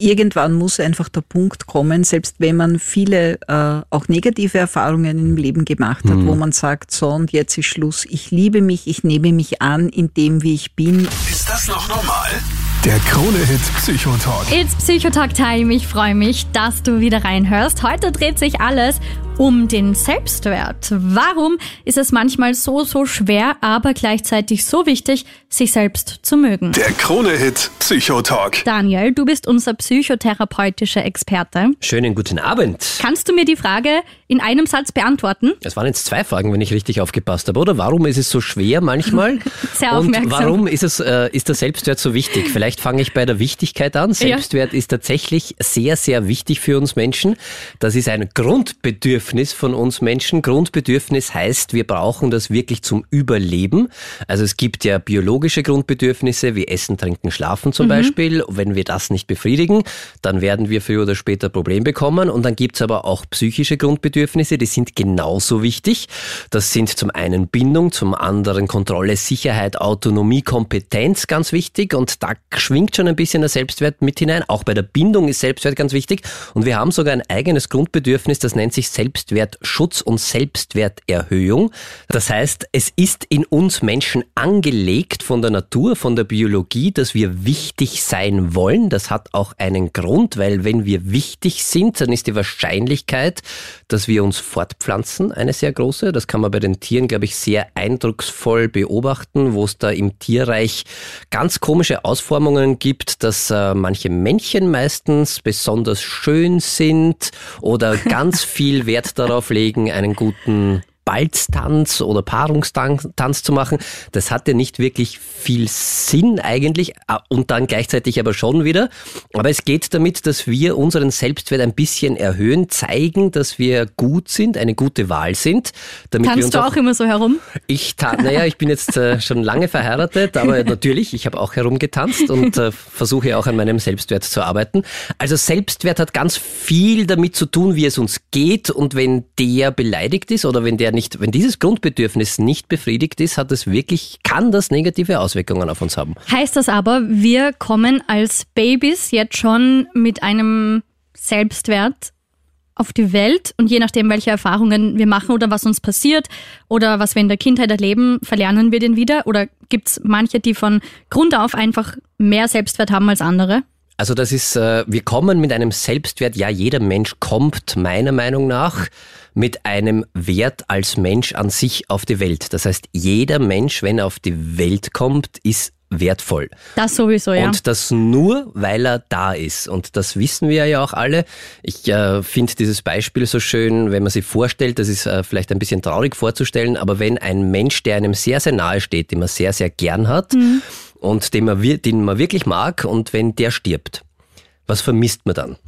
irgendwann muss einfach der Punkt kommen, selbst wenn man viele auch negative Erfahrungen im Leben gemacht hat, wo man sagt, so und jetzt ist Schluss, ich liebe mich, ich nehme mich an in dem, wie ich bin. Ist das noch normal? Der Krone-Hit Psychotalk. It's Psychotalk Time. Ich freue mich, dass du wieder reinhörst. Heute dreht sich alles um den Selbstwert. Warum ist es manchmal so schwer, aber gleichzeitig so wichtig, sich selbst zu mögen? Der Krone-Hit Psychotalk. Daniel, du bist unser psychotherapeutischer Experte. Schönen guten Abend. Kannst du mir die Frage in einem Satz beantworten? Es waren jetzt 2 Fragen, wenn ich richtig aufgepasst habe, oder? Warum ist es so schwer manchmal? Sehr aufmerksam. Und warum ist der Selbstwert so wichtig? Vielleicht fange ich bei der Wichtigkeit an. Selbstwert ist tatsächlich sehr, sehr wichtig für uns Menschen. Das ist ein Grundbedürfnis von uns Menschen. Grundbedürfnis heißt, wir brauchen das wirklich zum Überleben. Also es gibt ja biologische Grundbedürfnisse wie Essen, Trinken, Schlafen zum Beispiel. Wenn wir das nicht befriedigen, dann werden wir früher oder später ein Problem bekommen. Und dann gibt es aber auch psychische Grundbedürfnisse, die sind genauso wichtig. Das sind zum einen Bindung, zum anderen Kontrolle, Sicherheit, Autonomie, Kompetenz, ganz wichtig. Und da schwingt schon ein bisschen der Selbstwert mit hinein. Auch bei der Bindung ist Selbstwert ganz wichtig. Und wir haben sogar ein eigenes Grundbedürfnis, das nennt sich Selbstwertschutz und Selbstwerterhöhung. Das heißt, es ist in uns Menschen angelegt von der Natur, von der Biologie, dass wir wichtig sein wollen. Das hat auch einen Grund, weil wenn wir wichtig sind, dann ist die Wahrscheinlichkeit, dass wir uns fortpflanzen, eine sehr große. Das kann man bei den Tieren, glaube ich, sehr eindrucksvoll beobachten, wo es da im Tierreich ganz komische Ausformungen gibt, dass manche Männchen meistens besonders schön sind oder ganz viel Wert darauf legen, einen guten Balztanz oder Paarungstanz zu machen. Das hat ja nicht wirklich viel Sinn eigentlich und dann gleichzeitig aber schon wieder. Aber es geht damit, dass wir unseren Selbstwert ein bisschen erhöhen, zeigen, dass wir gut sind, eine gute Wahl sind. Damit Tanzt wir uns du auch immer so herum? Ich bin jetzt schon lange verheiratet, aber natürlich, ich habe auch herumgetanzt und versuche auch an meinem Selbstwert zu arbeiten. Also Selbstwert hat ganz viel damit zu tun, wie es uns geht, und wenn der beleidigt ist oder wenn dieses Grundbedürfnis nicht befriedigt ist, kann das negative Auswirkungen auf uns haben. Heißt das aber, wir kommen als Babys jetzt schon mit einem Selbstwert auf die Welt und je nachdem, welche Erfahrungen wir machen oder was uns passiert oder was wir in der Kindheit erleben, verlernen wir den wieder? Oder gibt es manche, die von Grund auf einfach mehr Selbstwert haben als andere? Also wir kommen mit einem Selbstwert, ja, jeder Mensch kommt meiner Meinung nach mit einem Wert als Mensch an sich auf die Welt. Das heißt, jeder Mensch, wenn er auf die Welt kommt, ist wertvoll. Das sowieso, ja. Und das nur, weil er da ist. Und das wissen wir ja auch alle. Ich finde dieses Beispiel so schön, wenn man sich vorstellt, das ist vielleicht ein bisschen traurig vorzustellen, aber wenn ein Mensch, der einem sehr, sehr nahe steht, den man sehr, sehr gern hat und den man wirklich mag, und wenn der stirbt, was vermisst man dann?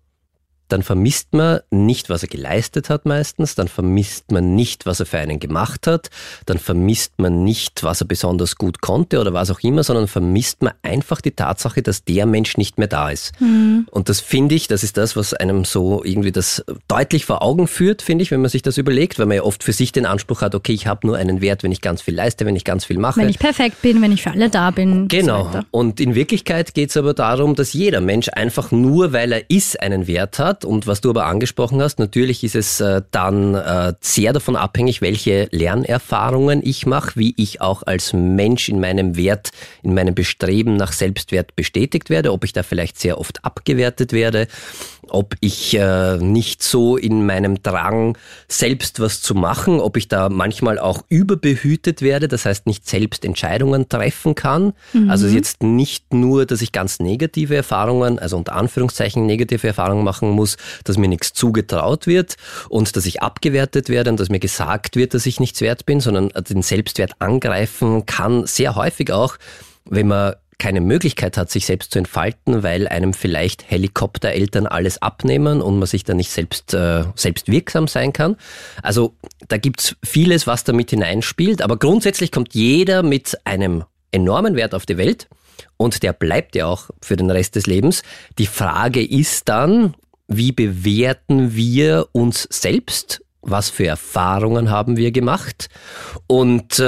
Dann vermisst man nicht, was er geleistet hat meistens, dann vermisst man nicht, was er für einen gemacht hat, dann vermisst man nicht, was er besonders gut konnte oder was auch immer, sondern vermisst man einfach die Tatsache, dass der Mensch nicht mehr da ist. Und das finde ich, das ist das, was einem so irgendwie das deutlich vor Augen führt, finde ich, wenn man sich das überlegt, weil man ja oft für sich den Anspruch hat, okay, ich habe nur einen Wert, wenn ich ganz viel leiste, wenn ich ganz viel mache. Wenn ich perfekt bin, wenn ich für alle da bin. Genau. So weiter. Und in Wirklichkeit geht es aber darum, dass jeder Mensch einfach nur, weil er ist, einen Wert hat. Und was du aber angesprochen hast, natürlich ist es dann sehr davon abhängig, welche Lernerfahrungen ich mache, wie ich auch als Mensch in meinem Wert, in meinem Bestreben nach Selbstwert bestätigt werde, ob ich da vielleicht sehr oft abgewertet werde, ob ich nicht so in meinem Drang, selbst was zu machen, ob ich da manchmal auch überbehütet werde, das heißt nicht selbst Entscheidungen treffen kann. Also jetzt nicht nur, dass ich ganz negative Erfahrungen, also unter Anführungszeichen negative Erfahrungen machen muss, dass mir nichts zugetraut wird und dass ich abgewertet werde und dass mir gesagt wird, dass ich nichts wert bin, sondern den Selbstwert angreifen kann sehr häufig auch, wenn man keine Möglichkeit hat, sich selbst zu entfalten, weil einem vielleicht Helikoptereltern alles abnehmen und man sich dann nicht selbst wirksam sein kann. Also da gibt's vieles, was da mit hineinspielt, aber grundsätzlich kommt jeder mit einem enormen Wert auf die Welt und der bleibt ja auch für den Rest des Lebens. Die Frage ist dann, wie bewerten wir uns selbst? Was für Erfahrungen haben wir gemacht? Und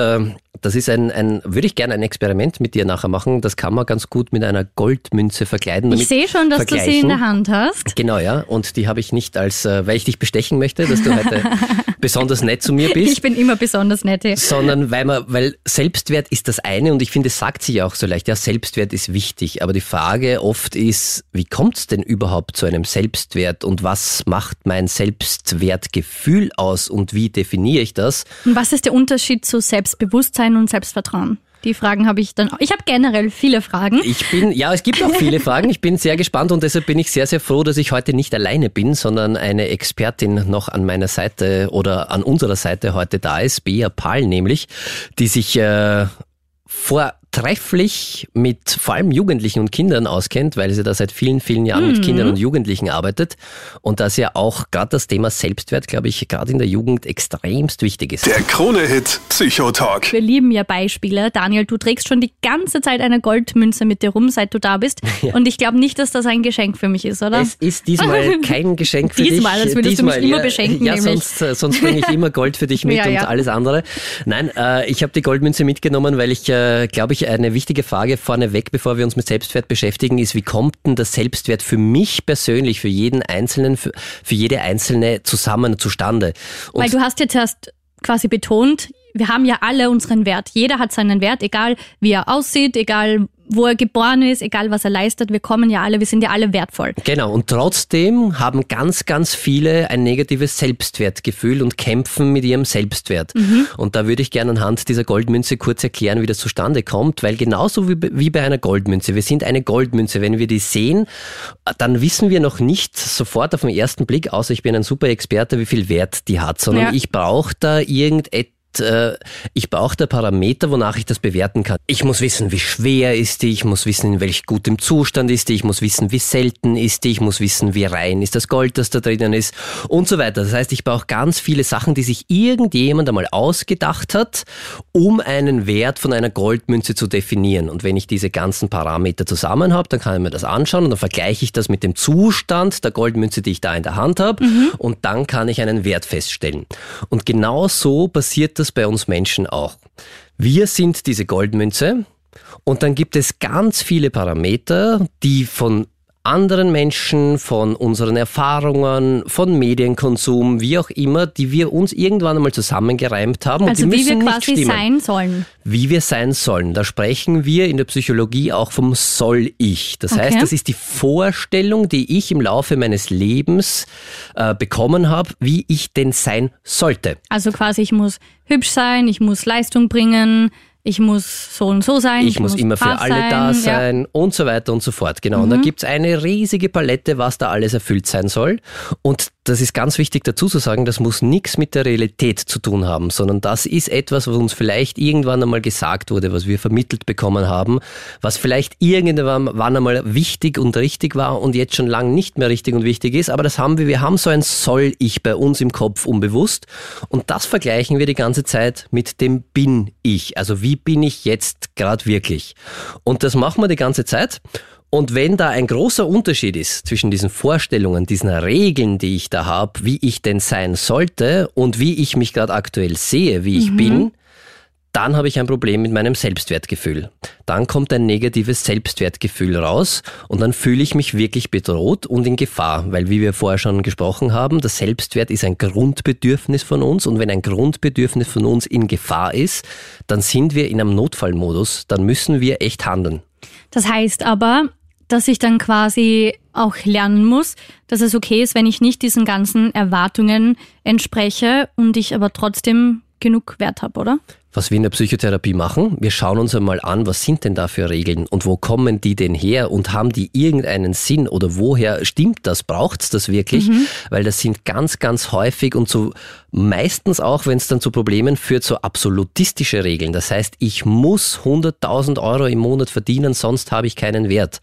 Das ist würde ich gerne ein Experiment mit dir nachher machen. Das kann man ganz gut mit einer Goldmünze verkleiden. Ich sehe schon, dass du sie in der Hand hast. Genau, ja. Und die habe ich nicht weil ich dich bestechen möchte, dass du heute besonders nett zu mir bist. Ich bin immer besonders nett. Ja. Sondern weil Selbstwert ist das eine und ich finde, es sagt sich auch so leicht, ja, Selbstwert ist wichtig. Aber die Frage oft ist, wie kommt es denn überhaupt zu einem Selbstwert und was macht mein Selbstwertgefühl aus und wie definiere ich das? Und was ist der Unterschied zu Selbstbewusstsein und Selbstvertrauen? Die Fragen habe ich dann. Ich habe generell viele Fragen. Es gibt auch viele Fragen. Ich bin sehr gespannt und deshalb bin ich sehr, sehr froh, dass ich heute nicht alleine bin, sondern eine Expertin noch an meiner Seite oder an unserer Seite heute da ist, Bea Pahl nämlich, die sich vortrefflich mit vor allem Jugendlichen und Kindern auskennt, weil sie da seit vielen, vielen Jahren mit Kindern und Jugendlichen arbeitet und dass ja auch gerade das Thema Selbstwert, glaube ich, gerade in der Jugend extremst wichtig ist. Der Krone-Hit Psychotalk. Wir lieben ja Beispiele. Daniel, du trägst schon die ganze Zeit eine Goldmünze mit dir rum, seit du da bist. Ja. Und ich glaube nicht, dass das ein Geschenk für mich ist, oder? Es ist diesmal kein Geschenk für dich. Diesmal, als würdest du mich immer beschenken. Ja, sonst bringe ich immer Gold für dich mit und alles andere. Nein, ich habe die Goldmünze mitgenommen, weil ich, glaube ich, eine wichtige Frage vorneweg, bevor wir uns mit Selbstwert beschäftigen, ist, wie kommt denn der Selbstwert für mich persönlich, für jeden Einzelnen, für jede Einzelne zustande? Und weil du hast jetzt erst quasi betont, wir haben ja alle unseren Wert. Jeder hat seinen Wert, egal wie er aussieht, egal wo er geboren ist, egal was er leistet. Wir sind ja alle wertvoll. Genau, und trotzdem haben ganz, ganz viele ein negatives Selbstwertgefühl und kämpfen mit ihrem Selbstwert. Und da würde ich gerne anhand dieser Goldmünze kurz erklären, wie das zustande kommt, weil genauso wie bei einer Goldmünze, wir sind eine Goldmünze. Wenn wir die sehen, dann wissen wir noch nicht sofort auf den ersten Blick, außer ich bin ein super Experte, wie viel Wert die hat, sondern ich brauche da ich brauche da Parameter, wonach ich das bewerten kann. Ich muss wissen, wie schwer ist die, ich muss wissen, in welch gutem Zustand ist die, ich muss wissen, wie selten ist die, ich muss wissen, wie rein ist das Gold, das da drinnen ist und so weiter. Das heißt, ich brauche ganz viele Sachen, die sich irgendjemand einmal ausgedacht hat, um einen Wert von einer Goldmünze zu definieren. Und wenn ich diese ganzen Parameter zusammen habe, dann kann ich mir das anschauen und dann vergleiche ich das mit dem Zustand der Goldmünze, die ich da in der Hand habe und dann kann ich einen Wert feststellen. Und genau so passiert das bei uns Menschen auch. Wir sind diese Goldmünze und dann gibt es ganz viele Parameter, die von anderen Menschen, von unseren Erfahrungen, von Medienkonsum, wie auch immer, die wir uns irgendwann einmal zusammengereimt haben. Also und die wie wir müssen quasi nicht sein sollen. Wie wir sein sollen. Da sprechen wir in der Psychologie auch vom Soll-Ich. Das heißt, das ist die Vorstellung, die ich im Laufe meines Lebens bekommen habe, wie ich denn sein sollte. Also quasi, ich muss hübsch sein, ich muss Leistung bringen, ich muss so und so sein. Ich muss immer für alle da sein und so weiter und so fort. Genau. Und da gibt's eine riesige Palette, was da alles erfüllt sein soll. Und das ist ganz wichtig dazu zu sagen, das muss nichts mit der Realität zu tun haben, sondern das ist etwas, was uns vielleicht irgendwann einmal gesagt wurde, was wir vermittelt bekommen haben, was vielleicht irgendwann einmal wichtig und richtig war und jetzt schon lange nicht mehr richtig und wichtig ist. Aber das haben wir haben so ein Soll-Ich bei uns im Kopf unbewusst und das vergleichen wir die ganze Zeit mit dem Bin-Ich. Also wie bin ich jetzt gerade wirklich? Und das machen wir die ganze Zeit. Und wenn da ein großer Unterschied ist zwischen diesen Vorstellungen, diesen Regeln, die ich da habe, wie ich denn sein sollte und wie ich mich gerade aktuell sehe, wie ich bin, dann habe ich ein Problem mit meinem Selbstwertgefühl. Dann kommt ein negatives Selbstwertgefühl raus und dann fühle ich mich wirklich bedroht und in Gefahr, weil wie wir vorher schon gesprochen haben, das Selbstwert ist ein Grundbedürfnis von uns und wenn ein Grundbedürfnis von uns in Gefahr ist, dann sind wir in einem Notfallmodus, dann müssen wir echt handeln. Das heißt aber, dass ich dann quasi auch lernen muss, dass es okay ist, wenn ich nicht diesen ganzen Erwartungen entspreche und ich aber trotzdem genug Wert habe, oder? Was wir in der Psychotherapie machen, wir schauen uns einmal an, was sind denn da für Regeln und wo kommen die denn her und haben die irgendeinen Sinn oder woher stimmt das, braucht's das wirklich? Weil das sind ganz, ganz häufig und so meistens auch, wenn es dann zu Problemen führt, so absolutistische Regeln. Das heißt, ich muss 100.000 € im Monat verdienen, sonst habe ich keinen Wert.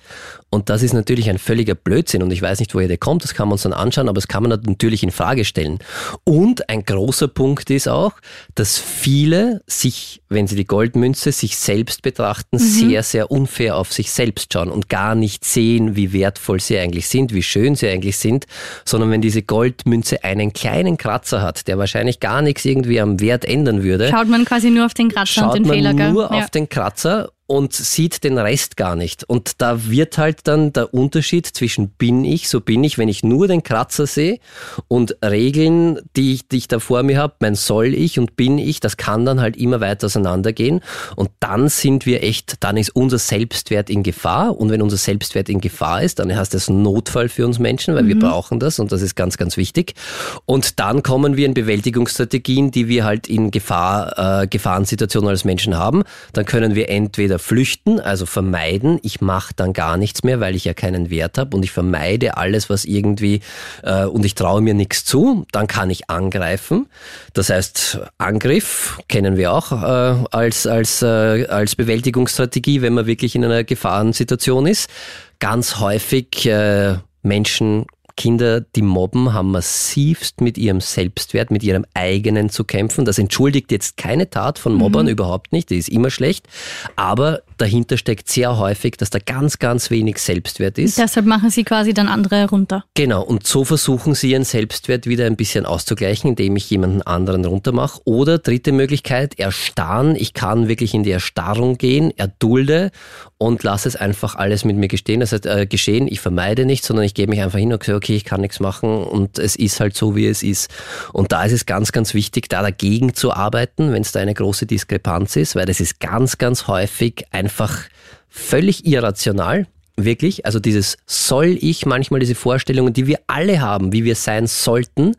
Und das ist natürlich ein völliger Blödsinn und ich weiß nicht, woher der kommt, das kann man uns dann anschauen, aber das kann man natürlich in Frage stellen. Und ein großer Punkt ist auch, dass viele sich, wenn sie die Goldmünze sich selbst betrachten, sehr, sehr unfair auf sich selbst schauen und gar nicht sehen, wie wertvoll sie eigentlich sind, wie schön sie eigentlich sind, sondern wenn diese Goldmünze einen kleinen Kratzer hat, der wahrscheinlich gar nichts irgendwie am Wert ändern würde. Schaut man quasi nur auf den Kratzer und den Fehler. Schaut man nur auf den Kratzer und sieht den Rest gar nicht. Und da wird halt dann der Unterschied zwischen bin ich, so bin ich, wenn ich nur den Kratzer sehe und Regeln, die ich da vor mir habe, mein soll ich und bin ich, das kann dann halt immer weiter auseinandergehen. Und dann dann ist unser Selbstwert in Gefahr. Und wenn unser Selbstwert in Gefahr ist, dann heißt das Notfall für uns Menschen, weil wir brauchen das und das ist ganz, ganz wichtig. Und dann kommen wir in Bewältigungsstrategien, die wir halt in Gefahrensituationen als Menschen haben. Dann können wir entweder flüchten, also vermeiden. Ich mache dann gar nichts mehr, weil ich ja keinen Wert habe und ich vermeide alles, was irgendwie und ich traue mir nichts zu. Dann kann ich angreifen. Das heißt, Angriff kennen wir auch als Bewältigungsstrategie, wenn man wirklich in einer Gefahrensituation ist. Ganz häufig Kinder, die mobben, haben massivst mit ihrem Selbstwert, mit ihrem eigenen zu kämpfen. Das entschuldigt jetzt keine Tat von Mobbern, überhaupt nicht, die ist immer schlecht. Aber dahinter steckt sehr häufig, dass da ganz, ganz wenig Selbstwert ist. Deshalb machen sie quasi dann andere runter. Genau, und so versuchen sie ihren Selbstwert wieder ein bisschen auszugleichen, indem ich jemanden anderen runter mache. Oder dritte Möglichkeit, erstarren. Ich kann wirklich in die Erstarrung gehen, erdulde und lasse es einfach alles mit mir geschehen. Das heißt, geschehen, ich vermeide nichts, sondern ich gebe mich einfach hin und sage, okay, ich kann nichts machen und es ist halt so, wie es ist. Und da ist es ganz, ganz wichtig, da dagegen zu arbeiten, wenn es da eine große Diskrepanz ist, weil das ist ganz, ganz häufig einfach völlig irrational. Wirklich, also dieses soll ich, manchmal diese Vorstellungen, die wir alle haben, wie wir sein sollten,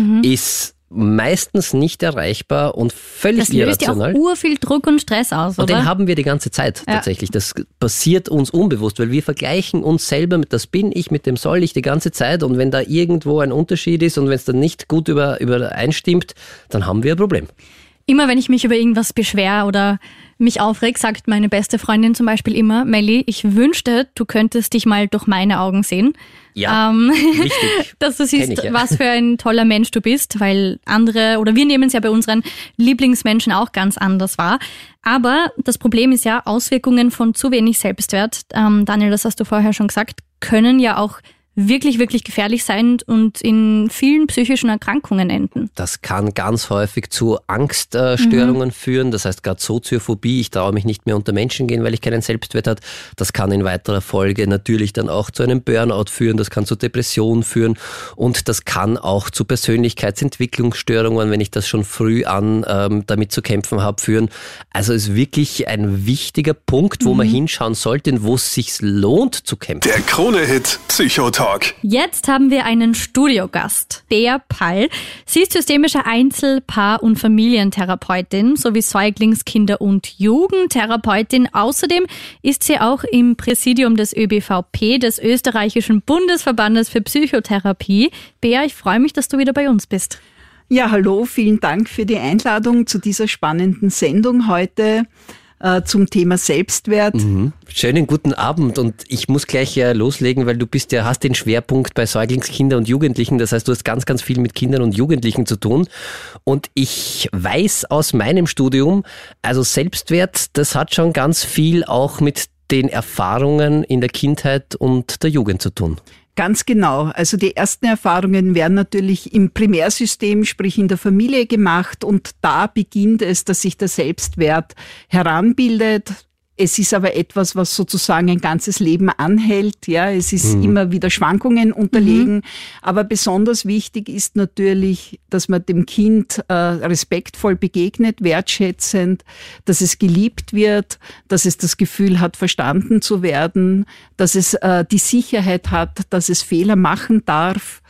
ist meistens nicht erreichbar und völlig irrational. Das löst ja auch urviel Druck und Stress aus, und oder? den haben wir die ganze Zeit tatsächlich. Das passiert uns unbewusst, weil wir vergleichen uns selber mit das bin ich, mit dem soll ich die ganze Zeit und wenn da irgendwo ein Unterschied ist und wenn es dann nicht gut übereinstimmt, dann haben wir ein Problem. Immer wenn ich mich über irgendwas beschwere oder mich aufreg, sagt meine beste Freundin zum Beispiel immer, Melli, ich wünschte, du könntest dich mal durch meine Augen sehen. Ja, wichtig. Dass du siehst, was für ein toller Mensch du bist, weil andere, oder wir nehmen es ja bei unseren Lieblingsmenschen auch ganz anders wahr. Aber das Problem ist ja, Auswirkungen von zu wenig Selbstwert, Daniel, das hast du vorher schon gesagt, können ja auch wirklich, wirklich gefährlich sein und in vielen psychischen Erkrankungen enden. Das kann ganz häufig zu Angststörungen führen, das heißt gerade Soziophobie, ich traue mich nicht mehr unter Menschen gehen, weil ich keinen Selbstwert habe. Das kann in weiterer Folge natürlich dann auch zu einem Burnout führen, das kann zu Depressionen führen und das kann auch zu Persönlichkeitsentwicklungsstörungen, wenn ich das schon früh an damit zu kämpfen habe, führen. Also ist wirklich ein wichtiger Punkt, wo man hinschauen sollte, wo es sich lohnt zu kämpfen. Der Krone-Hit Psychotalk. Jetzt haben wir einen Studiogast, Bea Pall. Sie ist systemische Einzel-, Paar- und Familientherapeutin sowie Säuglings-, Kinder- und Jugendtherapeutin. Außerdem ist sie auch im Präsidium des ÖBVP, des Österreichischen Bundesverbandes für Psychotherapie. Bea, ich freue mich, dass du wieder bei uns bist. Ja, hallo, vielen Dank für die Einladung zu dieser spannenden Sendung heute zum Thema Selbstwert. Schönen guten Abend und ich muss gleich loslegen, weil du hast den Schwerpunkt bei Säuglings-, Kinder- und Jugendlichen. Das heißt, du hast ganz, ganz viel mit Kindern und Jugendlichen zu tun. Und ich weiß aus meinem Studium, also Selbstwert, das hat schon ganz viel auch mit den Erfahrungen in der Kindheit und der Jugend zu tun. Ganz genau. Also die ersten Erfahrungen werden natürlich im Primärsystem, sprich in der Familie gemacht und da beginnt es, dass sich der Selbstwert heranbildet. Es ist aber etwas, was sozusagen ein ganzes Leben anhält. Ja, es ist immer wieder Schwankungen unterlegen. Aber besonders wichtig ist natürlich, dass man dem Kind respektvoll begegnet, wertschätzend, dass es geliebt wird, dass es das Gefühl hat, verstanden zu werden, dass es die Sicherheit hat, dass es Fehler machen darf.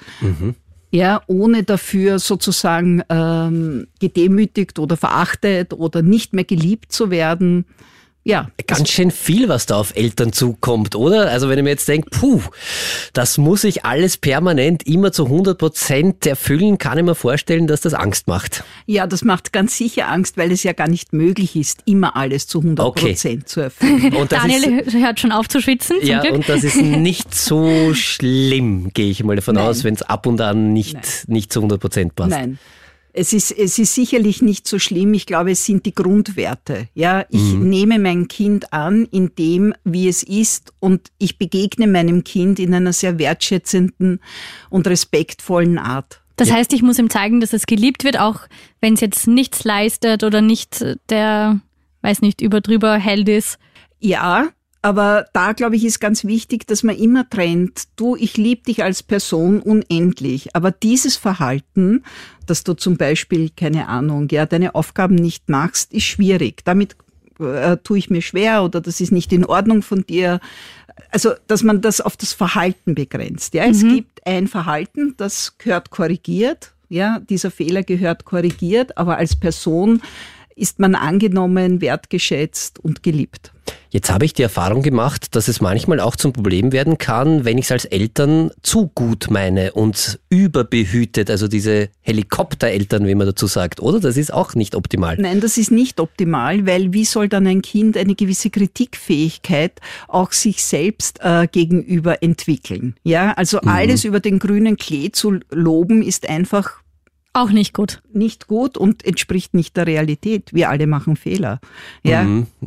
Ja, ohne dafür sozusagen gedemütigt oder verachtet oder nicht mehr geliebt zu werden. Ja. Ganz schön viel, was da auf Eltern zukommt, oder? Also wenn ich mir jetzt denke, das muss ich alles permanent immer zu 100% erfüllen, kann ich mir vorstellen, dass das Angst macht. Ja, das macht ganz sicher Angst, weil es ja gar nicht möglich ist, immer alles zu 100% zu erfüllen. Und das Daniel hört schon auf zu schwitzen. Ja, und das ist nicht so schlimm, gehe ich mal davon aus, wenn es ab und an nicht zu 100% passt. Nein. Es ist sicherlich nicht so schlimm. Ich glaube, es sind die Grundwerte. Ja, ich nehme mein Kind an in dem, wie es ist, und ich begegne meinem Kind in einer sehr wertschätzenden und respektvollen Art. Das heißt, ich muss ihm zeigen, dass es geliebt wird, auch wenn es jetzt nichts leistet oder nicht der, überdrüber Held ist. Ja, aber da, glaube ich, ist ganz wichtig, dass man immer trennt. Du, ich liebe dich als Person unendlich. Aber dieses Verhalten, dass du zum Beispiel, keine Ahnung, deine Aufgaben nicht machst, ist schwierig. Damit tue ich mir schwer oder das ist nicht in Ordnung von dir. Also, dass man das auf das Verhalten begrenzt. Ja, es gibt ein Verhalten, das gehört korrigiert. Ja, dieser Fehler gehört korrigiert. Aber als Person ist man angenommen, wertgeschätzt und geliebt. Jetzt habe ich die Erfahrung gemacht, dass es manchmal auch zum Problem werden kann, wenn ich es als Eltern zu gut meine und überbehütet, also diese Helikoptereltern, wie man dazu sagt, oder? Das ist auch nicht optimal. Nein, das ist nicht optimal, weil wie soll dann ein Kind eine gewisse Kritikfähigkeit auch sich selbst gegenüber entwickeln? Ja, also alles über den grünen Klee zu loben ist einfach auch nicht gut. Nicht gut und entspricht nicht der Realität. Wir alle machen Fehler. Ja,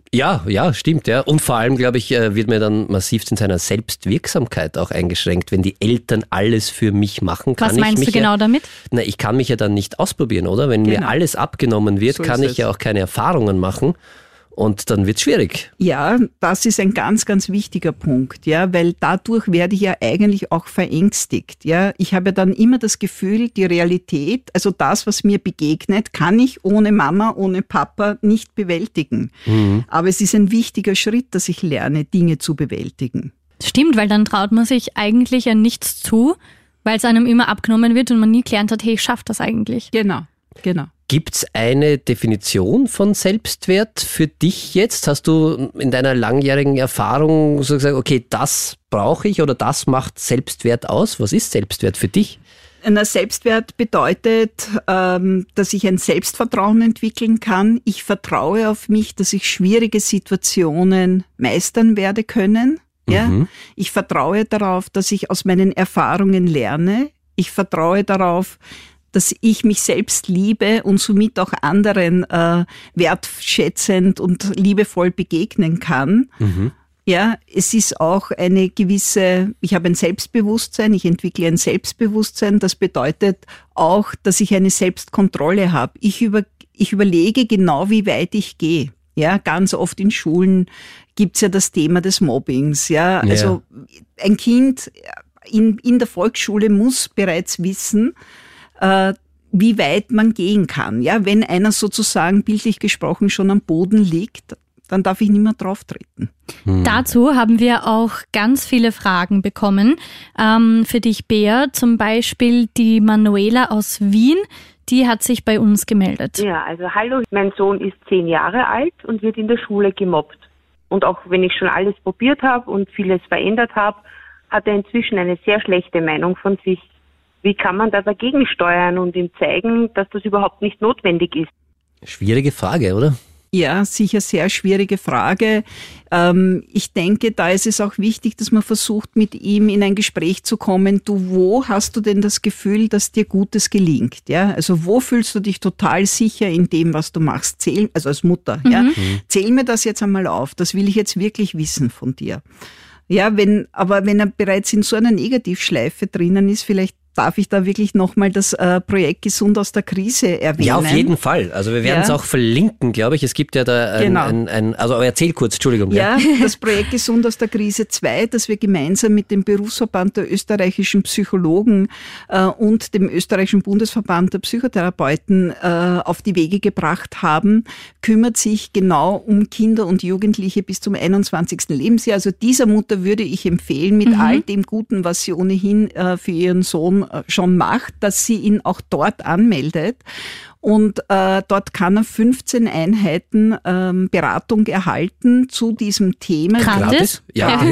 ja, stimmt. Ja. Und vor allem, glaube ich, wird mir dann massiv in seiner Selbstwirksamkeit auch eingeschränkt. Wenn die Eltern alles für mich machen, kann ich mich... Was meinst du genau damit? Ich kann mich ja dann nicht ausprobieren, oder? Wenn mir alles abgenommen wird, so kann ich ja auch keine Erfahrungen machen. Und dann wird's schwierig. Ja, das ist ein ganz, ganz wichtiger Punkt, ja, weil dadurch werde ich ja eigentlich auch verängstigt, ja. Ich habe dann immer das Gefühl, die Realität, also das, was mir begegnet, kann ich ohne Mama, ohne Papa nicht bewältigen. Aber es ist ein wichtiger Schritt, dass ich lerne, Dinge zu bewältigen. Stimmt, weil dann traut man sich eigentlich ja nichts zu, weil es einem immer abgenommen wird und man nie gelernt hat, hey, ich schaffe das eigentlich. Genau. Gibt es eine Definition von Selbstwert für dich jetzt? Hast du in deiner langjährigen Erfahrung so gesagt, okay, das brauche ich oder das macht Selbstwert aus? Was ist Selbstwert für dich? Selbstwert bedeutet, dass ich ein Selbstvertrauen entwickeln kann. Ich vertraue auf mich, dass ich schwierige Situationen meistern werde können. Ja? Ich vertraue darauf, dass ich aus meinen Erfahrungen lerne. Ich vertraue darauf, dass ich mich selbst liebe und somit auch anderen wertschätzend und liebevoll begegnen kann. Ja, es ist auch eine gewisse, ich habe ein Selbstbewusstsein, ich entwickle ein Selbstbewusstsein. Das bedeutet auch, dass ich eine Selbstkontrolle habe. Ich überlege genau, wie weit ich gehe. Ja, ganz oft in Schulen gibt's ja das Thema des Mobbings. Ja, also ein Kind in der Volksschule muss bereits wissen, wie weit man gehen kann. Ja, wenn einer sozusagen bildlich gesprochen schon am Boden liegt, dann darf ich nicht mehr drauf treten. Dazu haben wir auch ganz viele Fragen bekommen. Für dich, Bea, zum Beispiel die Manuela aus Wien, die hat sich bei uns gemeldet. Ja, also hallo, mein Sohn ist 10 Jahre alt und wird in der Schule gemobbt. Und auch wenn ich schon alles probiert habe und vieles verändert habe, hat er inzwischen eine sehr schlechte Meinung von sich. Wie kann man da dagegen steuern und ihm zeigen, dass das überhaupt nicht notwendig ist? Schwierige Frage, oder? Ja, sicher sehr schwierige Frage. Ich denke, da ist es auch wichtig, dass man versucht, mit ihm in ein Gespräch zu kommen. Du, wo hast du denn das Gefühl, dass dir Gutes gelingt? Ja, also wo fühlst du dich total sicher in dem, was du machst? Also als Mutter, ja. Zähl mir das jetzt einmal auf. Das will ich jetzt wirklich wissen von dir. Ja, wenn er bereits in so einer Negativschleife drinnen ist, vielleicht darf ich da wirklich nochmal das Projekt Gesund aus der Krise erwähnen? Ja, auf jeden Fall. Also wir werden es auch verlinken, glaube ich. Es gibt ja da aber erzähl kurz, Entschuldigung. Ja, das Projekt Gesund aus der Krise 2, das wir gemeinsam mit dem Berufsverband der österreichischen Psychologen und dem österreichischen Bundesverband der Psychotherapeuten auf die Wege gebracht haben, kümmert sich genau um Kinder und Jugendliche bis zum 21. Lebensjahr. Also dieser Mutter würde ich empfehlen, mit all dem Guten, was sie ohnehin für ihren Sohn schon macht, dass sie ihn auch dort anmeldet Und dort kann er 15 Einheiten Beratung erhalten zu diesem Thema. Gratis? Ja.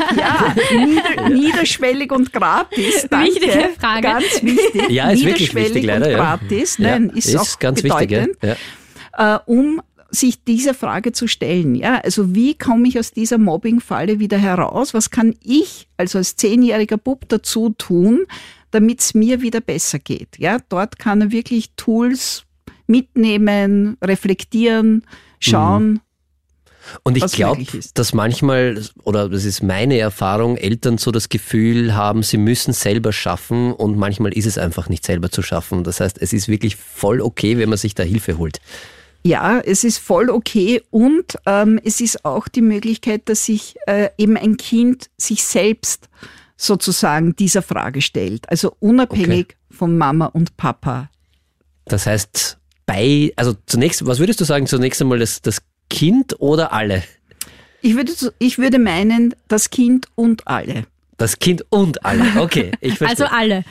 Niederschwellig und gratis. Danke. Wichtige Frage. Ganz wichtig. Ja, ist wirklich wichtig, leider. Und Ja. gratis. Nein, ist auch ganz bedeutend. wichtig. Ja. Um sich dieser Frage zu stellen. Ja, also wie komme ich aus dieser Mobbingfalle wieder heraus? Was kann ich also als 10-jähriger Bub dazu tun, damit es mir wieder besser geht? Ja, dort kann er wirklich Tools mitnehmen, reflektieren, schauen. Und ich was glaube, möglich ist. dass manchmal, oder das ist meine Erfahrung, Eltern so das Gefühl haben, sie müssen selber schaffen und manchmal ist es einfach nicht selber zu schaffen. Das heißt, es ist wirklich voll okay, wenn man sich da Hilfe holt. Ja, es ist voll okay und es ist auch die Möglichkeit, dass sich eben ein Kind sich selbst sozusagen dieser Frage stellt. Also unabhängig von Mama und Papa. Das heißt, zunächst, was würdest du sagen, zunächst einmal das Kind oder alle? Ich würde meinen, das Kind und alle. Das Kind und alle, okay. Ich verstehe. Also alle.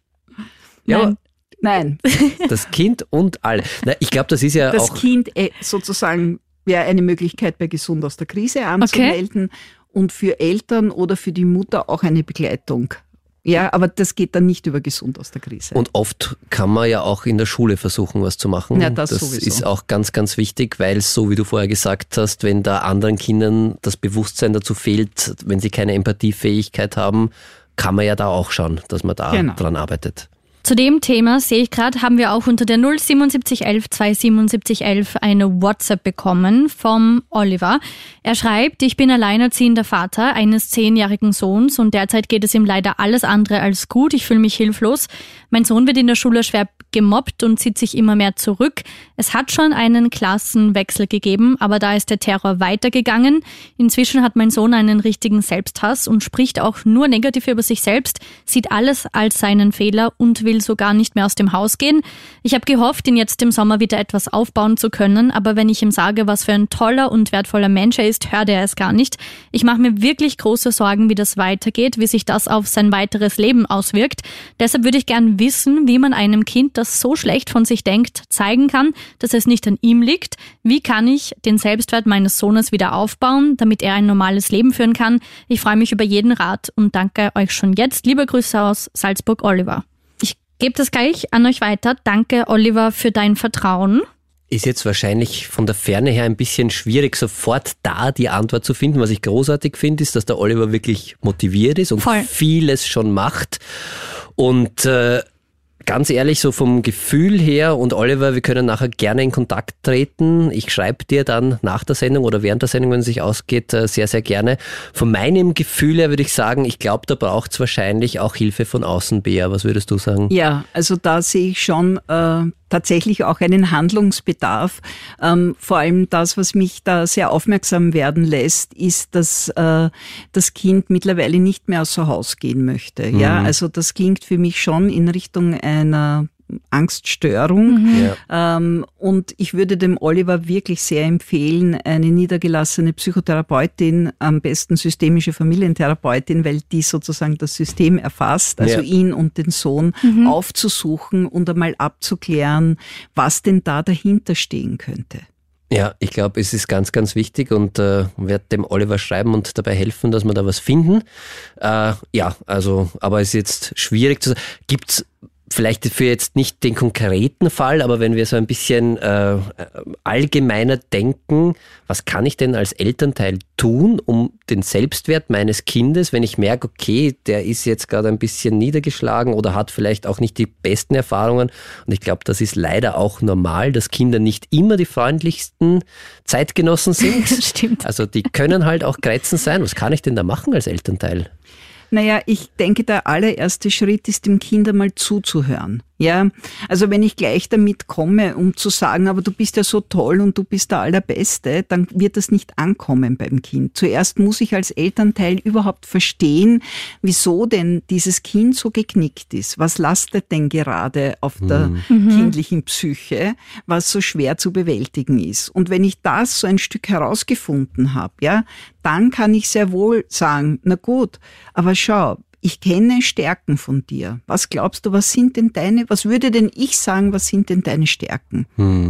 Ja, Nein, das Kind und alle. Na, ich glaube, das ist ja das auch... Kind sozusagen wäre eine Möglichkeit, bei Gesund aus der Krise anzumelden und für Eltern oder für die Mutter auch eine Begleitung. Ja, aber das geht dann nicht über Gesund aus der Krise. Und oft kann man ja auch in der Schule versuchen, was zu machen. Ja, das sowieso. Ist auch ganz, ganz wichtig, weil so wie du vorher gesagt hast, wenn da anderen Kindern das Bewusstsein dazu fehlt, wenn sie keine Empathiefähigkeit haben, kann man ja da auch schauen, dass man da dran arbeitet. Zu dem Thema, sehe ich gerade, haben wir auch unter der 07711 27711 eine WhatsApp bekommen vom Oliver. Er schreibt, ich bin alleinerziehender Vater eines 10-jährigen Sohns und derzeit geht es ihm leider alles andere als gut. Ich fühle mich hilflos. Mein Sohn wird in der Schule schwer gemobbt und zieht sich immer mehr zurück. Es hat schon einen Klassenwechsel gegeben, aber da ist der Terror weitergegangen. Inzwischen hat mein Sohn einen richtigen Selbsthass und spricht auch nur negativ über sich selbst, sieht alles als seinen Fehler und will sogar nicht mehr aus dem Haus gehen. Ich habe gehofft, ihn jetzt im Sommer wieder etwas aufbauen zu können, aber wenn ich ihm sage, was für ein toller und wertvoller Mensch er ist, hört er es gar nicht. Ich mache mir wirklich große Sorgen, wie das weitergeht, wie sich das auf sein weiteres Leben auswirkt. Deshalb würde ich gern wissen, wie man einem Kind, das so schlecht von sich denkt, zeigen kann, dass es nicht an ihm liegt. Wie kann ich den Selbstwert meines Sohnes wieder aufbauen, damit er ein normales Leben führen kann? Ich freue mich über jeden Rat und danke euch schon jetzt. Liebe Grüße aus Salzburg, Oliver. Ich gebe das gleich an euch weiter. Danke, Oliver, für dein Vertrauen. Ist jetzt wahrscheinlich von der Ferne her ein bisschen schwierig, sofort da die Antwort zu finden. Was ich großartig finde, ist, dass der Oliver wirklich motiviert ist und vieles schon macht. Und ganz ehrlich, so vom Gefühl her, und Oliver, wir können nachher gerne in Kontakt treten. Ich schreibe dir dann nach der Sendung oder während der Sendung, wenn es sich ausgeht, sehr, sehr gerne. Von meinem Gefühl her würde ich sagen, ich glaube, da braucht es wahrscheinlich auch Hilfe von außen, Bea. Was würdest du sagen? Ja, also da sehe ich schon tatsächlich auch einen Handlungsbedarf. Vor allem das, was mich da sehr aufmerksam werden lässt, ist, dass das Kind mittlerweile nicht mehr außer Haus gehen möchte. Mhm. Ja, also das klingt für mich schon in Richtung einer Angststörung. Mhm. Und ich würde dem Oliver wirklich sehr empfehlen, eine niedergelassene Psychotherapeutin, am besten systemische Familientherapeutin, weil die sozusagen das System erfasst, also ihn und den Sohn aufzusuchen und einmal abzuklären, was denn da dahinter stehen könnte. Ja, ich glaube, es ist ganz, ganz wichtig und werde dem Oliver schreiben und dabei helfen, dass wir da was finden. Aber es ist jetzt schwierig zu sagen. Gibt's vielleicht für jetzt nicht den konkreten Fall, aber wenn wir so ein bisschen allgemeiner denken, was kann ich denn als Elternteil tun, um den Selbstwert meines Kindes, wenn ich merke, okay, der ist jetzt gerade ein bisschen niedergeschlagen oder hat vielleicht auch nicht die besten Erfahrungen, und ich glaube, das ist leider auch normal, dass Kinder nicht immer die freundlichsten Zeitgenossen sind. Stimmt. Also die können halt auch Grenzen sein. Was kann ich denn da machen als Elternteil? Naja, ich denke, der allererste Schritt ist, dem Kind einmal zuzuhören. Ja, also wenn ich gleich damit komme, um zu sagen, aber du bist ja so toll und du bist der Allerbeste, dann wird das nicht ankommen beim Kind. Zuerst muss ich als Elternteil überhaupt verstehen, wieso denn dieses Kind so geknickt ist. Was lastet denn gerade auf der kindlichen Psyche, was so schwer zu bewältigen ist? Und wenn ich das so ein Stück herausgefunden habe, ja, dann kann ich sehr wohl sagen, na gut, aber schau, ich kenne Stärken von dir. Was glaubst du, was würde denn ich sagen, was sind denn deine Stärken?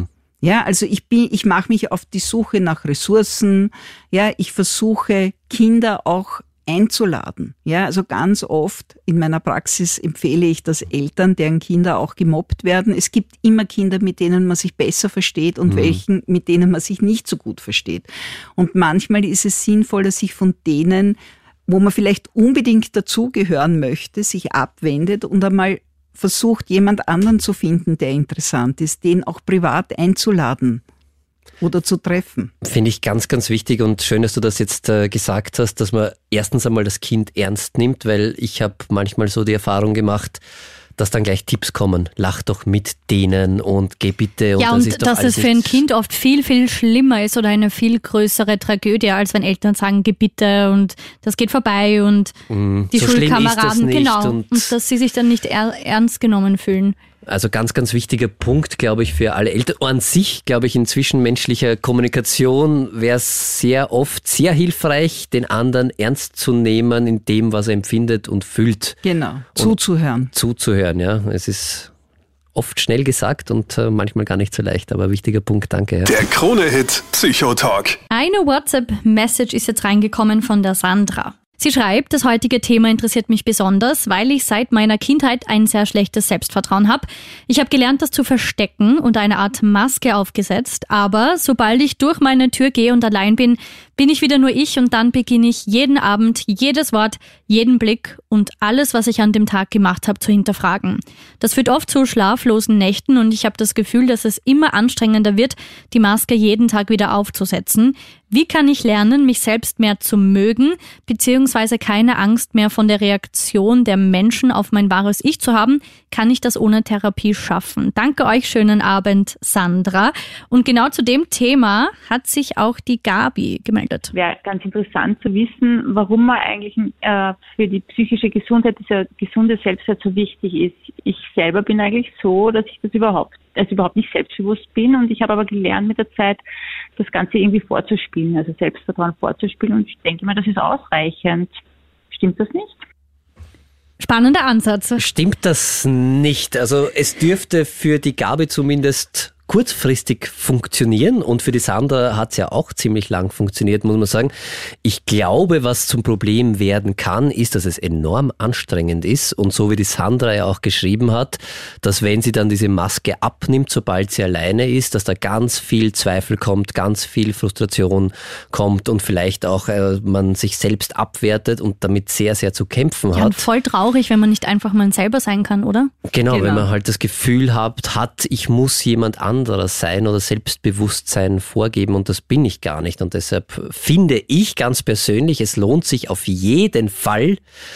Ja, also ich mache mich auf die Suche nach Ressourcen. Ja, ich versuche Kinder auch einzuladen. Ja, also ganz oft in meiner Praxis empfehle ich das Eltern, deren Kinder auch gemobbt werden. Es gibt immer Kinder, mit denen man sich besser versteht und welchen, mit denen man sich nicht so gut versteht. Und manchmal ist es sinnvoller, sich von denen, wo man vielleicht unbedingt dazugehören möchte, sich abwendet und einmal versucht, jemand anderen zu finden, der interessant ist, den auch privat einzuladen oder zu treffen. Finde ich ganz, ganz wichtig und schön, dass du das jetzt gesagt hast, dass man erstens einmal das Kind ernst nimmt, weil ich habe manchmal so die Erfahrung gemacht, dass dann gleich Tipps kommen. Lach doch mit denen und geh bitte. Und ja, das und ist doch dass alles es für ein Kind oft viel, viel schlimmer ist oder eine viel größere Tragödie, als wenn Eltern sagen, geh bitte und das geht vorbei und die so Schulkameraden, genau. Und dass sie sich dann nicht ernst genommen fühlen. Also ganz, ganz wichtiger Punkt, glaube ich, für alle Eltern. An sich, glaube ich, in zwischenmenschlicher Kommunikation wäre es sehr oft sehr hilfreich, den anderen ernst zu nehmen in dem, was er empfindet und fühlt. Genau, zuzuhören. Zuzuhören, ja. Es ist oft schnell gesagt und manchmal gar nicht so leicht, aber wichtiger Punkt, danke. Ja. Der Krone-Hit Psychotalk. Eine WhatsApp-Message ist jetzt reingekommen von der Sandra. Sie schreibt, das heutige Thema interessiert mich besonders, weil ich seit meiner Kindheit ein sehr schlechtes Selbstvertrauen habe. Ich habe gelernt, das zu verstecken und eine Art Maske aufgesetzt, aber sobald ich durch meine Tür gehe und allein bin, bin ich wieder nur ich und dann beginne ich jeden Abend, jedes Wort, jeden Blick und alles, was ich an dem Tag gemacht habe, zu hinterfragen. Das führt oft zu schlaflosen Nächten und ich habe das Gefühl, dass es immer anstrengender wird, die Maske jeden Tag wieder aufzusetzen. Wie kann ich lernen, mich selbst mehr zu mögen, beziehungsweise keine Angst mehr von der Reaktion der Menschen auf mein wahres Ich zu haben? Kann ich das ohne Therapie schaffen? Danke euch, schönen Abend, Sandra. Und genau zu dem Thema hat sich auch die Gabi gemeldet. Wäre ganz interessant zu wissen, warum man eigentlich für die psychische Gesundheit, dieser gesunde Selbstwert so wichtig ist. Ich selber bin eigentlich so, dass ich das überhaupt nicht selbstbewusst bin und ich habe aber gelernt mit der Zeit, das Ganze irgendwie vorzuspielen, also Selbstvertrauen vorzuspielen und ich denke mal, das ist ausreichend. Stimmt das nicht? Spannender Ansatz. Stimmt das nicht? Also es dürfte für die Gabi zumindest kurzfristig funktionieren und für die Sandra hat es ja auch ziemlich lang funktioniert, muss man sagen. Ich glaube, was zum Problem werden kann, ist, dass es enorm anstrengend ist und so wie die Sandra ja auch geschrieben hat, dass wenn sie dann diese Maske abnimmt, sobald sie alleine ist, dass da ganz viel Zweifel kommt, ganz viel Frustration kommt und vielleicht auch man sich selbst abwertet und damit sehr, sehr zu kämpfen hat. Ja, und voll traurig, wenn man nicht einfach mal selber sein kann, oder? Genau, wenn man halt das Gefühl hat, ich muss jemand anderes sein oder Selbstbewusstsein vorgeben und das bin ich gar nicht. Und deshalb finde ich ganz persönlich, es lohnt sich auf jeden Fall,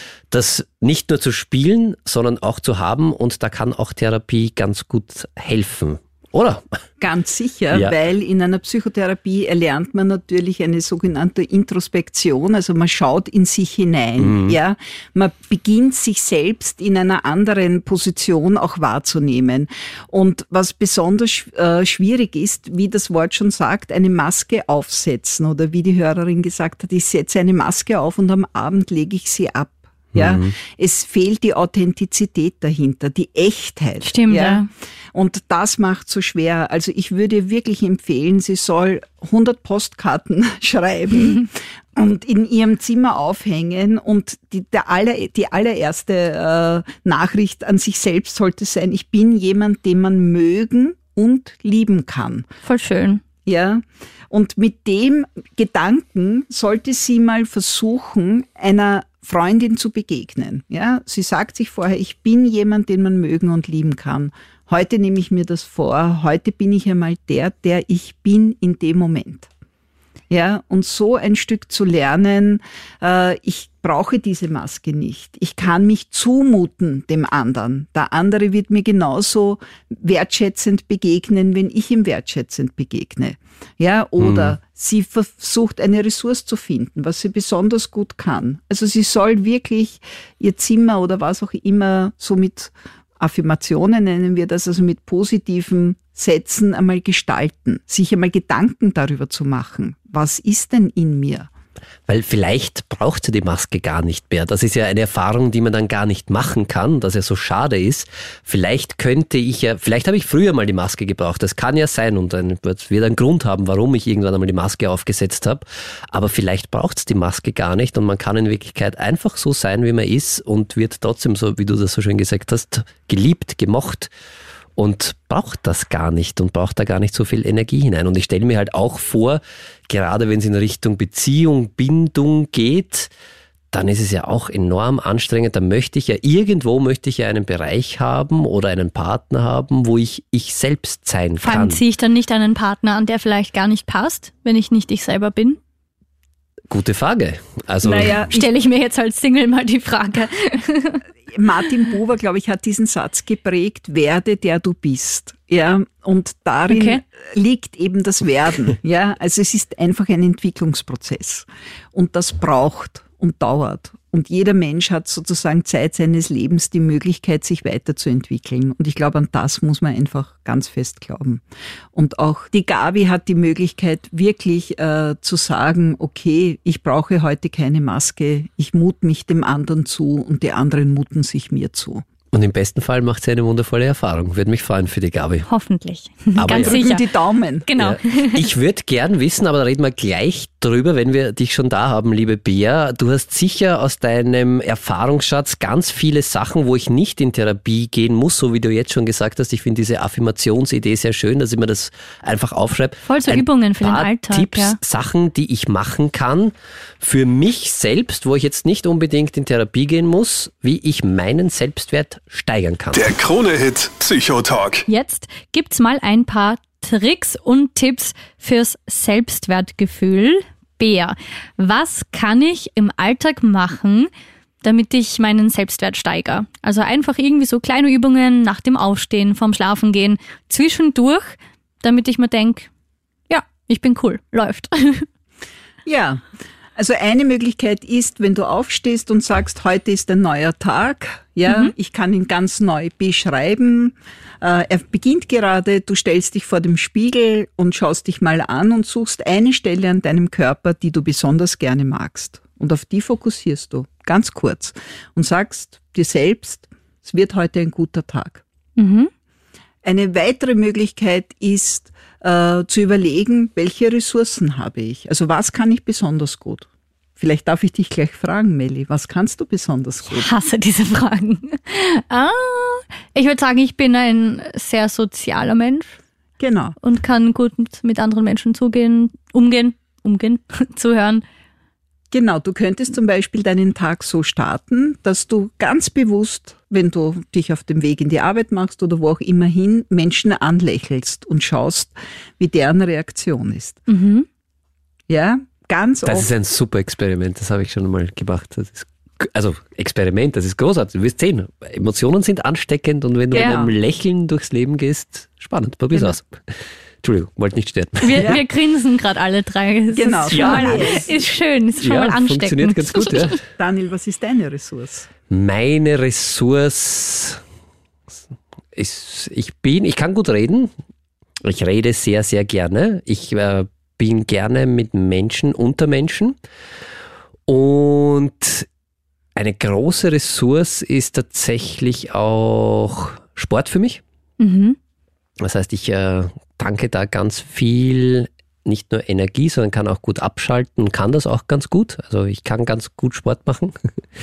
das nicht nur zu spielen, sondern auch zu haben und da kann auch Therapie ganz gut helfen. Oder? Ganz sicher, ja. Weil in einer Psychotherapie erlernt man natürlich eine sogenannte Introspektion, also man schaut in sich hinein, ja. Man beginnt sich selbst in einer anderen Position auch wahrzunehmen. Und was besonders schwierig ist, wie das Wort schon sagt, eine Maske aufsetzen oder wie die Hörerin gesagt hat, ich setze eine Maske auf und am Abend lege ich sie ab. Ja, es fehlt die Authentizität dahinter, die Echtheit. Stimmt, ja. Und das macht so schwer. Also ich würde wirklich empfehlen, sie soll 100 Postkarten schreiben und in ihrem Zimmer aufhängen und die allererste Nachricht an sich selbst sollte sein, ich bin jemand, den man mögen und lieben kann. Voll schön. Ja, und mit dem Gedanken sollte sie mal versuchen, einer Freundin zu begegnen. Ja, sie sagt sich vorher, ich bin jemand, den man mögen und lieben kann. Heute nehme ich mir das vor. Heute bin ich einmal der ich bin in dem Moment. Ja, und so ein Stück zu lernen, ich brauche diese Maske nicht. Ich kann mich zumuten dem anderen. Der andere wird mir genauso wertschätzend begegnen, wenn ich ihm wertschätzend begegne. Ja, oder sie versucht eine Ressource zu finden, was sie besonders gut kann. Also sie soll wirklich ihr Zimmer oder was auch immer so mit Affirmationen nennen wir das, also mit positiven Sätzen einmal gestalten, sich einmal Gedanken darüber zu machen, was ist denn in mir? Weil vielleicht braucht sie die Maske gar nicht mehr. Das ist ja eine Erfahrung, die man dann gar nicht machen kann, dass ja so schade ist. Vielleicht habe ich früher mal die Maske gebraucht. Das kann ja sein und dann wird einen Grund haben, warum ich irgendwann einmal die Maske aufgesetzt habe. Aber vielleicht braucht es die Maske gar nicht und man kann in Wirklichkeit einfach so sein, wie man ist und wird trotzdem, so wie du das so schön gesagt hast, geliebt, gemocht. Und braucht das gar nicht und braucht da gar nicht so viel Energie hinein. Und ich stelle mir halt auch vor, gerade wenn es in Richtung Beziehung, Bindung geht, dann ist es ja auch enorm anstrengend. Da möchte ich ja einen Bereich haben oder einen Partner haben, wo ich selbst sein kann. Vor allem ziehe ich dann nicht einen Partner an, der vielleicht gar nicht passt, wenn ich nicht ich selber bin? Gute Frage. Also stelle ich mir jetzt als Single mal die Frage. Martin Buber, glaube ich, hat diesen Satz geprägt, werde der du bist. Ja, und darin liegt eben das Werden. Ja, also es ist einfach ein Entwicklungsprozess. Und das braucht und dauert. Und jeder Mensch hat sozusagen Zeit seines Lebens die Möglichkeit, sich weiterzuentwickeln. Und ich glaube, an das muss man einfach ganz fest glauben. Und auch die Gabi hat die Möglichkeit, wirklich zu sagen, okay, ich brauche heute keine Maske, ich mute mich dem anderen zu und die anderen muten sich mir zu. Und im besten Fall macht sie eine wundervolle Erfahrung. Würde mich freuen für die Gabi. Hoffentlich. Aber ganz sicher. Die Daumen. Genau. Ja. Ich würde gern wissen, aber da reden wir gleich drüber, wenn wir dich schon da haben, liebe Bea. Du hast sicher aus deinem Erfahrungsschatz ganz viele Sachen, wo ich nicht in Therapie gehen muss, so wie du jetzt schon gesagt hast. Ich finde diese Affirmationsidee sehr schön, dass ich mir das einfach aufschreibe. Voll so Übungen für den Alltag. Tipps, Sachen, die ich machen kann für mich selbst, wo ich jetzt nicht unbedingt in Therapie gehen muss, wie ich meinen Selbstwert steigern kann. Der Krone-Hit Psychotalk. Jetzt gibt's mal ein paar Tricks und Tipps fürs Selbstwertgefühl. Bea, was kann ich im Alltag machen, damit ich meinen Selbstwert steigere? Also einfach irgendwie so kleine Übungen nach dem Aufstehen, vorm Schlafengehen, zwischendurch, damit ich mir denke, ja, ich bin cool, läuft. Ja, also eine Möglichkeit ist, wenn du aufstehst und sagst, heute ist ein neuer Tag, ja, ich kann ihn ganz neu beschreiben. Er beginnt gerade, du stellst dich vor dem Spiegel und schaust dich mal an und suchst eine Stelle an deinem Körper, die du besonders gerne magst. Und auf die fokussierst du, ganz kurz, und sagst dir selbst, es wird heute ein guter Tag. Eine weitere Möglichkeit ist, zu überlegen, welche Ressourcen habe ich? Also was kann ich besonders gut? Vielleicht darf ich dich gleich fragen, Melli, was kannst du besonders gut? Ich hasse diese Fragen. Ich würde sagen, ich bin ein sehr sozialer Mensch. Genau. Und kann gut mit anderen Menschen umgehen, zuhören. Genau, du könntest zum Beispiel deinen Tag so starten, dass du ganz bewusst, wenn du dich auf dem Weg in die Arbeit machst oder wo auch immer hin, Menschen anlächelst und schaust, wie deren Reaktion ist. Ja, ganz oft. Das ist ein super Experiment, das habe ich schon mal gemacht. Das ist Experiment, das ist großartig. Du wirst sehen, Emotionen sind ansteckend und wenn du mit einem Lächeln durchs Leben gehst, spannend, probier's aus. Entschuldigung, wollte nicht stören. Wir grinsen gerade alle drei. Genau. Ist schön, ist schon mal ansteckend. Funktioniert ganz gut, ja. Daniel, was ist deine Ressource? Meine Ressource ist, ich kann gut reden. Ich rede sehr, sehr gerne. Ich bin gerne mit Menschen, unter Menschen. Und eine große Ressource ist tatsächlich auch Sport für mich. Das heißt, ich tanke da ganz viel, nicht nur Energie, sondern kann auch gut abschalten und kann das auch ganz gut. Also ich kann ganz gut Sport machen.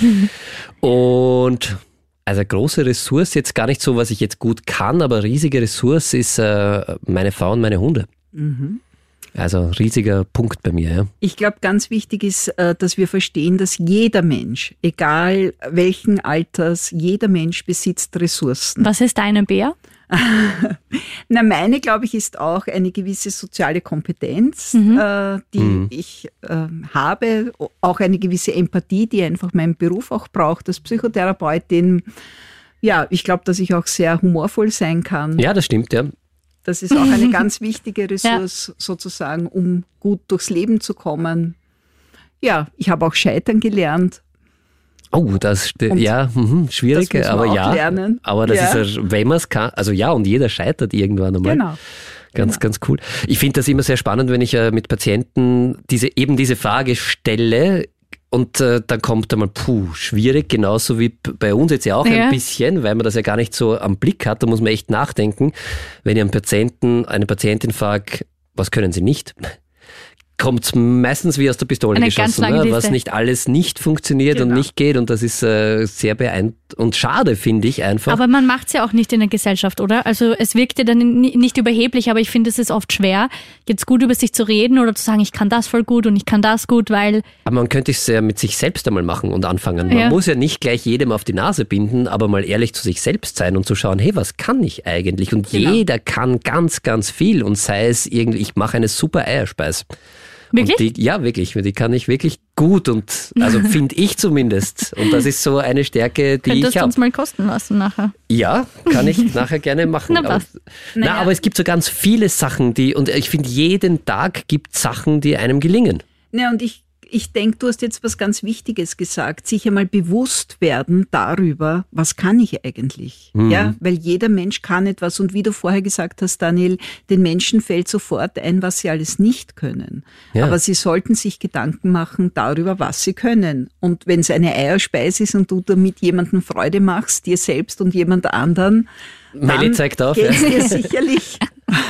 Und also große Ressource, jetzt gar nicht so, was ich jetzt gut kann, aber riesige Ressource ist meine Frau und meine Hunde. Also riesiger Punkt bei mir. Ja. Ich glaube, ganz wichtig ist, dass wir verstehen, dass jeder Mensch, egal welchen Alters, jeder Mensch besitzt Ressourcen. Was ist deine, Bea? Na, meine, glaube ich, ist auch eine gewisse soziale Kompetenz, die ich habe, auch eine gewisse Empathie, die einfach mein Beruf auch braucht als Psychotherapeutin. Ja, ich glaube, dass ich auch sehr humorvoll sein kann. Ja, das stimmt, ja. Das ist auch eine ganz wichtige Ressource sozusagen, um gut durchs Leben zu kommen. Ja, ich habe auch Scheitern gelernt. Oh, das schwierig, das aber ja. Lernen. Aber das ist ja, wenn man es kann, also ja, und jeder scheitert irgendwann einmal. Genau. Ganz cool. Ich finde das immer sehr spannend, wenn ich mit Patienten diese Frage stelle. Und dann kommt einmal, schwierig, genauso wie bei uns jetzt ja auch ein bisschen, weil man das ja gar nicht so am Blick hat, da muss man echt nachdenken. Wenn ich eine Patientin frage, was können Sie nicht? Kommt meistens wie aus der Pistole geschossen, ne? Was nicht alles nicht funktioniert und nicht geht, und das ist sehr beeindruckend und schade, finde ich einfach. Aber man macht es ja auch nicht in der Gesellschaft, oder? Also es wirkt ja dann nicht überheblich, aber ich finde, es ist oft schwer, jetzt gut über sich zu reden oder zu sagen, ich kann das voll gut und ich kann das gut, weil... Aber man könnte es ja mit sich selbst einmal machen und anfangen. Man muss ja nicht gleich jedem auf die Nase binden, aber mal ehrlich zu sich selbst sein und zu schauen, hey, was kann ich eigentlich? Und jeder kann ganz, ganz viel, und sei es irgendwie, ich mache eine super Eierspeis. Wirklich? Wirklich. Die kann ich wirklich gut, und also finde ich zumindest. Und das ist so eine Stärke, die Könntest ich habe. Könntest du uns mal kosten lassen nachher? Ja, kann ich nachher gerne machen. Aber es gibt so ganz viele Sachen, und ich finde, jeden Tag gibt es Sachen, die einem gelingen. Ja, und ich denke, du hast jetzt was ganz Wichtiges gesagt, sich einmal bewusst werden darüber, was kann ich eigentlich? Ja, weil jeder Mensch kann etwas, und wie du vorher gesagt hast, Daniel, den Menschen fällt sofort ein, was sie alles nicht können. Ja. Aber sie sollten sich Gedanken machen darüber, was sie können. Und wenn es eine Eierspeise ist und du damit jemandem Freude machst, dir selbst und jemand anderen, dann geht es dir sicherlich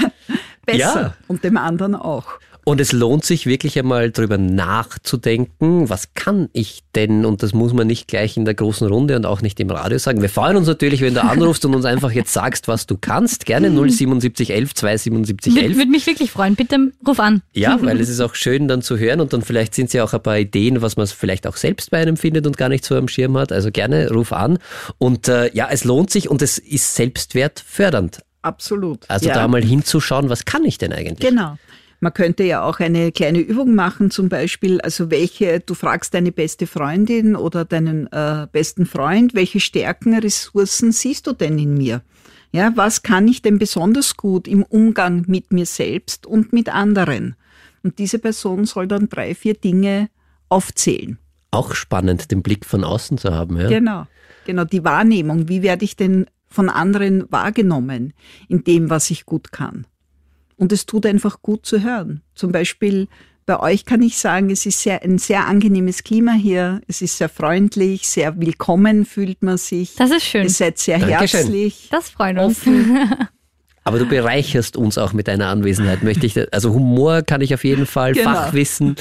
besser und dem anderen auch. Und es lohnt sich wirklich einmal drüber nachzudenken, was kann ich denn? Und das muss man nicht gleich in der großen Runde und auch nicht im Radio sagen. Wir freuen uns natürlich, wenn du anrufst und uns einfach jetzt sagst, was du kannst. Gerne 077 11 277 11. Würde mich wirklich freuen. Bitte ruf an. Ja, weil es ist auch schön dann zu hören, und dann vielleicht sind es ja auch ein paar Ideen, was man vielleicht auch selbst bei einem findet und gar nicht so am Schirm hat. Also gerne ruf an. Und es lohnt sich, und es ist selbstwertfördernd. Absolut. Also da mal hinzuschauen, was kann ich denn eigentlich? Genau. Man könnte ja auch eine kleine Übung machen, zum Beispiel, also du fragst deine beste Freundin oder deinen besten Freund, welche Stärken, Ressourcen siehst du denn in mir? Ja, was kann ich denn besonders gut im Umgang mit mir selbst und mit anderen? Und diese Person soll dann 3, 4 Dinge aufzählen. Auch spannend, den Blick von außen zu haben. Ja? Genau, die Wahrnehmung. Wie werde ich denn von anderen wahrgenommen in dem, was ich gut kann? Und es tut einfach gut zu hören. Zum Beispiel bei euch kann ich sagen, es ist ein sehr angenehmes Klima hier. Es ist sehr freundlich, sehr willkommen fühlt man sich. Das ist schön. Ihr seid sehr herzlich. Das freut uns. Aber du bereicherst uns auch mit deiner Anwesenheit, möchte ich. Also Humor kann ich auf jeden Fall, Fachwissen.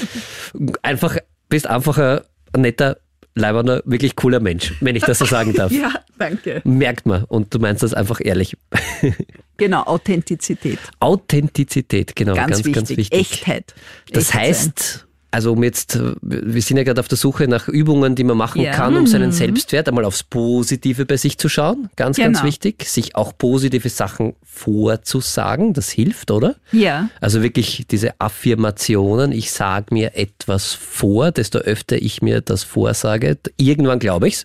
Bist einfach ein netter, leiberner, wirklich cooler Mensch, wenn ich das so sagen darf. Ja, danke. Merkt man, und du meinst das einfach ehrlich. Genau, Authentizität. Authentizität, genau, ganz wichtig. Echtheit. Das heißt, also wir sind ja gerade auf der Suche nach Übungen, die man machen kann, um seinen Selbstwert einmal aufs Positive bei sich zu schauen. Ganz wichtig. Sich auch positive Sachen vorzusagen, das hilft, oder? Ja. Also wirklich diese Affirmationen, ich sage mir etwas vor, desto öfter ich mir das vorsage, irgendwann glaube ich's.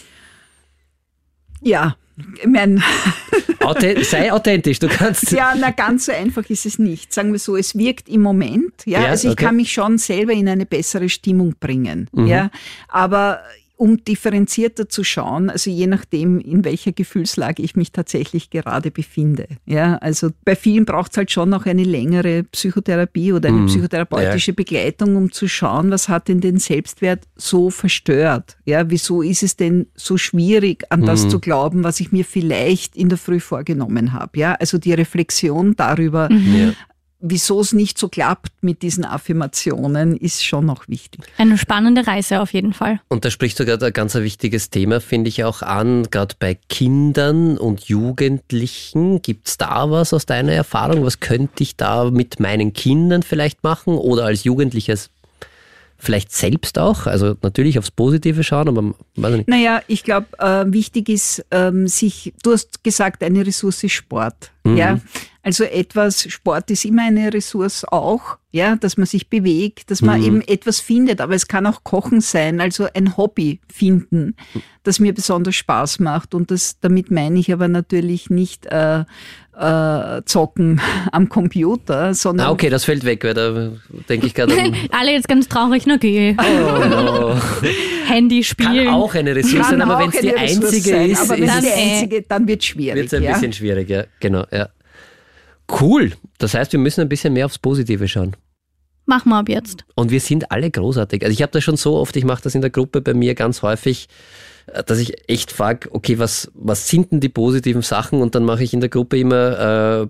Ja, ich meine... Sei authentisch, du kannst... Ja, ganz so einfach ist es nicht. Sagen wir so, es wirkt im Moment. Also ich kann mich schon selber in eine bessere Stimmung bringen. Ja, aber um differenzierter zu schauen, also je nachdem, in welcher Gefühlslage ich mich tatsächlich gerade befinde. Ja, also bei vielen braucht es halt schon noch eine längere Psychotherapie oder eine psychotherapeutische Begleitung, um zu schauen, was hat denn den Selbstwert so verstört? Ja, wieso ist es denn so schwierig, an das zu glauben, was ich mir vielleicht in der Früh vorgenommen habe? Ja, also die Reflexion darüber, wieso es nicht so klappt mit diesen Affirmationen, ist schon noch wichtig. Eine spannende Reise auf jeden Fall. Und da sprichst du gerade ein ganz wichtiges Thema, finde ich, auch an, gerade bei Kindern und Jugendlichen. Gibt es da was aus deiner Erfahrung? Was könnte ich da mit meinen Kindern vielleicht machen oder als Jugendliches vielleicht selbst auch? Also natürlich aufs Positive schauen, aber weiß ich nicht. Naja, ich glaube, wichtig ist, du hast gesagt, eine Ressource ist Sport. Ja, also Sport ist immer eine Ressource auch, ja, dass man sich bewegt, dass man eben etwas findet, aber es kann auch Kochen sein, also ein Hobby finden, das mir besonders Spaß macht, und damit meine ich aber natürlich nicht zocken am Computer, sondern... Okay, das fällt weg, weil da denke ich gerade Alle jetzt ganz traurig, na geh. Oh no. Handy spielen. Kann auch eine Ressource sein, aber wenn es die einzige ist... Aber wenn es die einzige, dann wird es schwierig. Wird es ein bisschen schwierig, ja, genau, ja. Cool. Das heißt, wir müssen ein bisschen mehr aufs Positive schauen. Machen wir ab jetzt. Und wir sind alle großartig. Also ich habe das schon so oft, ich mache das in der Gruppe bei mir ganz häufig, dass ich echt frage, okay, was sind denn die positiven Sachen? Und dann mache ich in der Gruppe immer,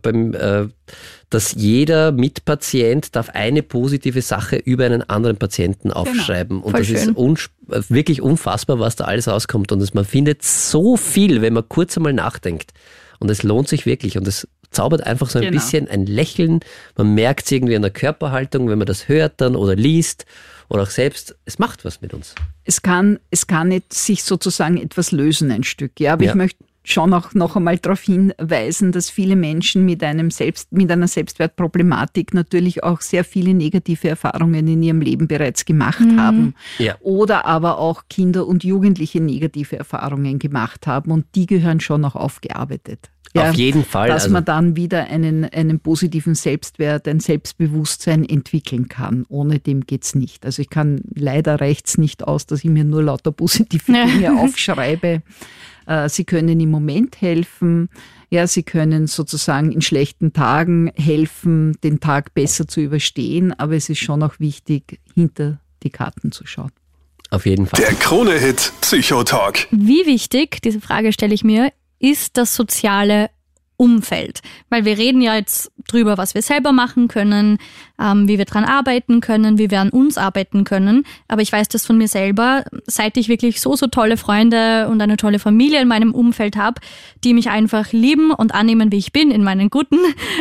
dass jeder Mitpatient darf eine positive Sache über einen anderen Patienten aufschreiben. Genau. Und das schön. ist wirklich unfassbar, was da alles rauskommt. Und man findet so viel, wenn man kurz einmal nachdenkt. Und es lohnt sich wirklich. Und es zaubert einfach so ein bisschen ein Lächeln. Man merkt es irgendwie an der Körperhaltung, wenn man das hört dann oder liest oder auch selbst. Es macht was mit uns. Es kann nicht sich sozusagen etwas lösen, ein Stück. Ja, aber ich möchte schon auch noch einmal darauf hinweisen, dass viele Menschen mit einer Selbstwertproblematik natürlich auch sehr viele negative Erfahrungen in ihrem Leben bereits gemacht haben. Ja. Oder aber auch Kinder und Jugendliche negative Erfahrungen gemacht haben und die gehören schon noch aufgearbeitet. Ja, auf jeden Fall. Dass man dann wieder einen positiven Selbstwert, ein Selbstbewusstsein entwickeln kann. Ohne dem geht's nicht. Also leider reicht's nicht aus, dass ich mir nur lauter positive Dinge aufschreibe. Sie können im Moment helfen. Ja, sie können sozusagen in schlechten Tagen helfen, den Tag besser zu überstehen. Aber es ist schon auch wichtig, hinter die Karten zu schauen. Auf jeden Fall. Der Krone-Hit Psychotalk. Wie wichtig, diese Frage stelle ich mir, ist das soziale Umfeld? Weil wir reden ja jetzt drüber, was wir selber machen können, wie wir dran arbeiten können, wie wir an uns arbeiten können. Aber ich weiß das von mir selber, seit ich wirklich so tolle Freunde und eine tolle Familie in meinem Umfeld habe, die mich einfach lieben und annehmen, wie ich bin, in meinen guten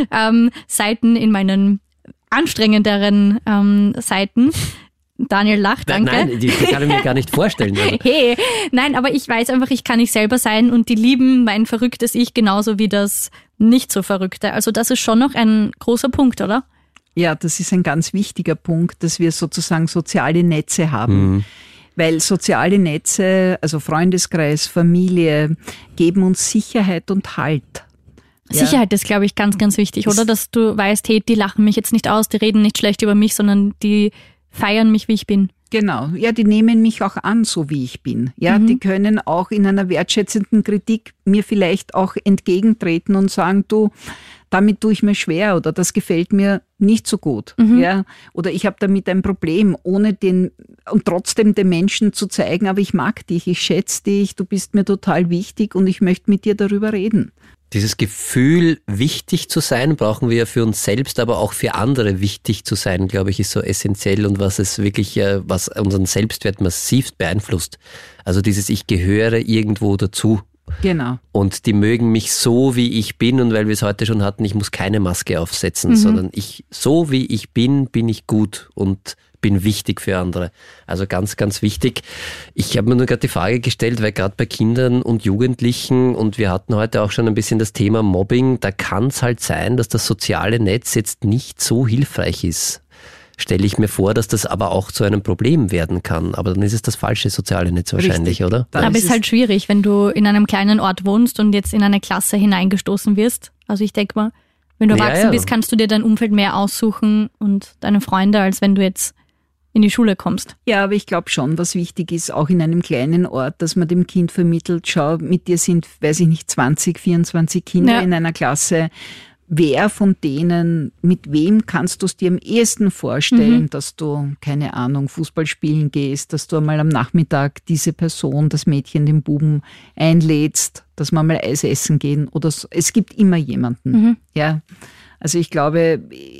Seiten, in meinen anstrengenderen Seiten. Daniel lacht, danke. Nein, die kann ich mir gar nicht vorstellen. Also. Hey, nein, aber ich weiß einfach, ich kann nicht selber sein und die lieben mein verrücktes Ich genauso wie das nicht so verrückte. Also das ist schon noch ein großer Punkt, oder? Ja, das ist ein ganz wichtiger Punkt, dass wir sozusagen soziale Netze haben. Weil soziale Netze, also Freundeskreis, Familie, geben uns Sicherheit und Halt. Sicherheit ist, glaube ich, ganz, ganz wichtig, oder? Dass du weißt, hey, die lachen mich jetzt nicht aus, die reden nicht schlecht über mich, sondern die feiern mich, wie ich bin. Genau, ja, die nehmen mich auch an, so wie ich bin. Ja, die können auch in einer wertschätzenden Kritik mir vielleicht auch entgegentreten und sagen, du, damit tue ich mir schwer oder das gefällt mir nicht so gut. Ja, oder ich habe damit ein Problem, und trotzdem den Menschen zu zeigen, aber ich mag dich, ich schätze dich, du bist mir total wichtig und ich möchte mit dir darüber reden. Dieses Gefühl, wichtig zu sein, brauchen wir ja für uns selbst, aber auch für andere wichtig zu sein, glaube ich, ist so essentiell und was unseren Selbstwert massiv beeinflusst. Also dieses Ich gehöre irgendwo dazu. Genau. Und die mögen mich so, wie ich bin und weil wir es heute schon hatten, ich muss keine Maske aufsetzen, sondern so wie ich bin ich gut und bin wichtig für andere. Also ganz, ganz wichtig. Ich habe mir nur gerade die Frage gestellt, weil gerade bei Kindern und Jugendlichen und wir hatten heute auch schon ein bisschen das Thema Mobbing, da kann es halt sein, dass das soziale Netz jetzt nicht so hilfreich ist. Stelle ich mir vor, dass das aber auch zu einem Problem werden kann. Aber dann ist es das falsche soziale Netz wahrscheinlich, richtig, oder? Aber es ist halt schwierig, wenn du in einem kleinen Ort wohnst und jetzt in eine Klasse hineingestoßen wirst. Also ich denke mal, wenn du erwachsen bist, kannst du dir dein Umfeld mehr aussuchen und deine Freunde, als wenn du jetzt in die Schule kommst. Ja, aber ich glaube schon, was wichtig ist, auch in einem kleinen Ort, dass man dem Kind vermittelt, schau, mit dir sind, weiß ich nicht, 20, 24 Kinder in einer Klasse. Wer von denen, mit wem kannst du es dir am ehesten vorstellen, dass du, keine Ahnung, Fußball spielen gehst, dass du einmal am Nachmittag diese Person, das Mädchen, den Buben einlädst, dass wir mal Eis essen gehen oder so. Es gibt immer jemanden, ja. Also ich glaube,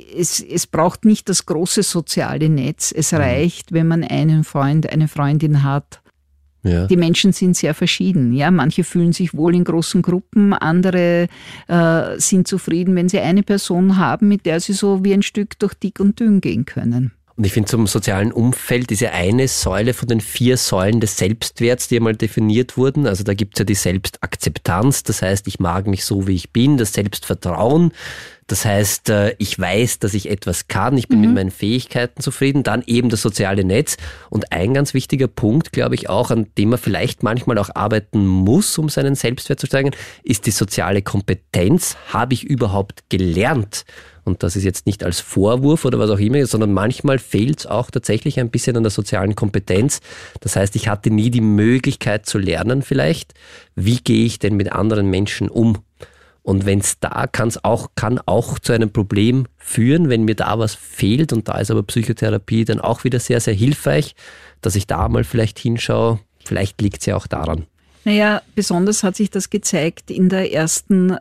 es braucht nicht das große soziale Netz. Es reicht, wenn man einen Freund, eine Freundin hat. Ja. Die Menschen sind sehr verschieden. Ja, manche fühlen sich wohl in großen Gruppen, andere sind zufrieden, wenn sie eine Person haben, mit der sie so wie ein Stück durch dick und dünn gehen können. Und ich finde, zum sozialen Umfeld ist ja eine Säule von den 4 Säulen des Selbstwerts, die einmal definiert wurden. Also da gibt es ja die Selbstakzeptanz, das heißt, ich mag mich so, wie ich bin, das Selbstvertrauen. Das heißt, ich weiß, dass ich etwas kann, ich bin mit meinen Fähigkeiten zufrieden, dann eben das soziale Netz. Und ein ganz wichtiger Punkt, glaube ich auch, an dem man vielleicht manchmal auch arbeiten muss, um seinen Selbstwert zu steigern, ist die soziale Kompetenz. Habe ich überhaupt gelernt? Und das ist jetzt nicht als Vorwurf oder was auch immer, sondern manchmal fehlt es auch tatsächlich ein bisschen an der sozialen Kompetenz. Das heißt, ich hatte nie die Möglichkeit zu lernen vielleicht, wie gehe ich denn mit anderen Menschen um? Und wenn es da kann auch zu einem Problem führen, wenn mir da was fehlt, und da ist aber Psychotherapie dann auch wieder sehr, sehr hilfreich, dass ich da mal vielleicht hinschaue. Vielleicht liegt es ja auch daran. Naja, besonders hat sich das gezeigt im ersten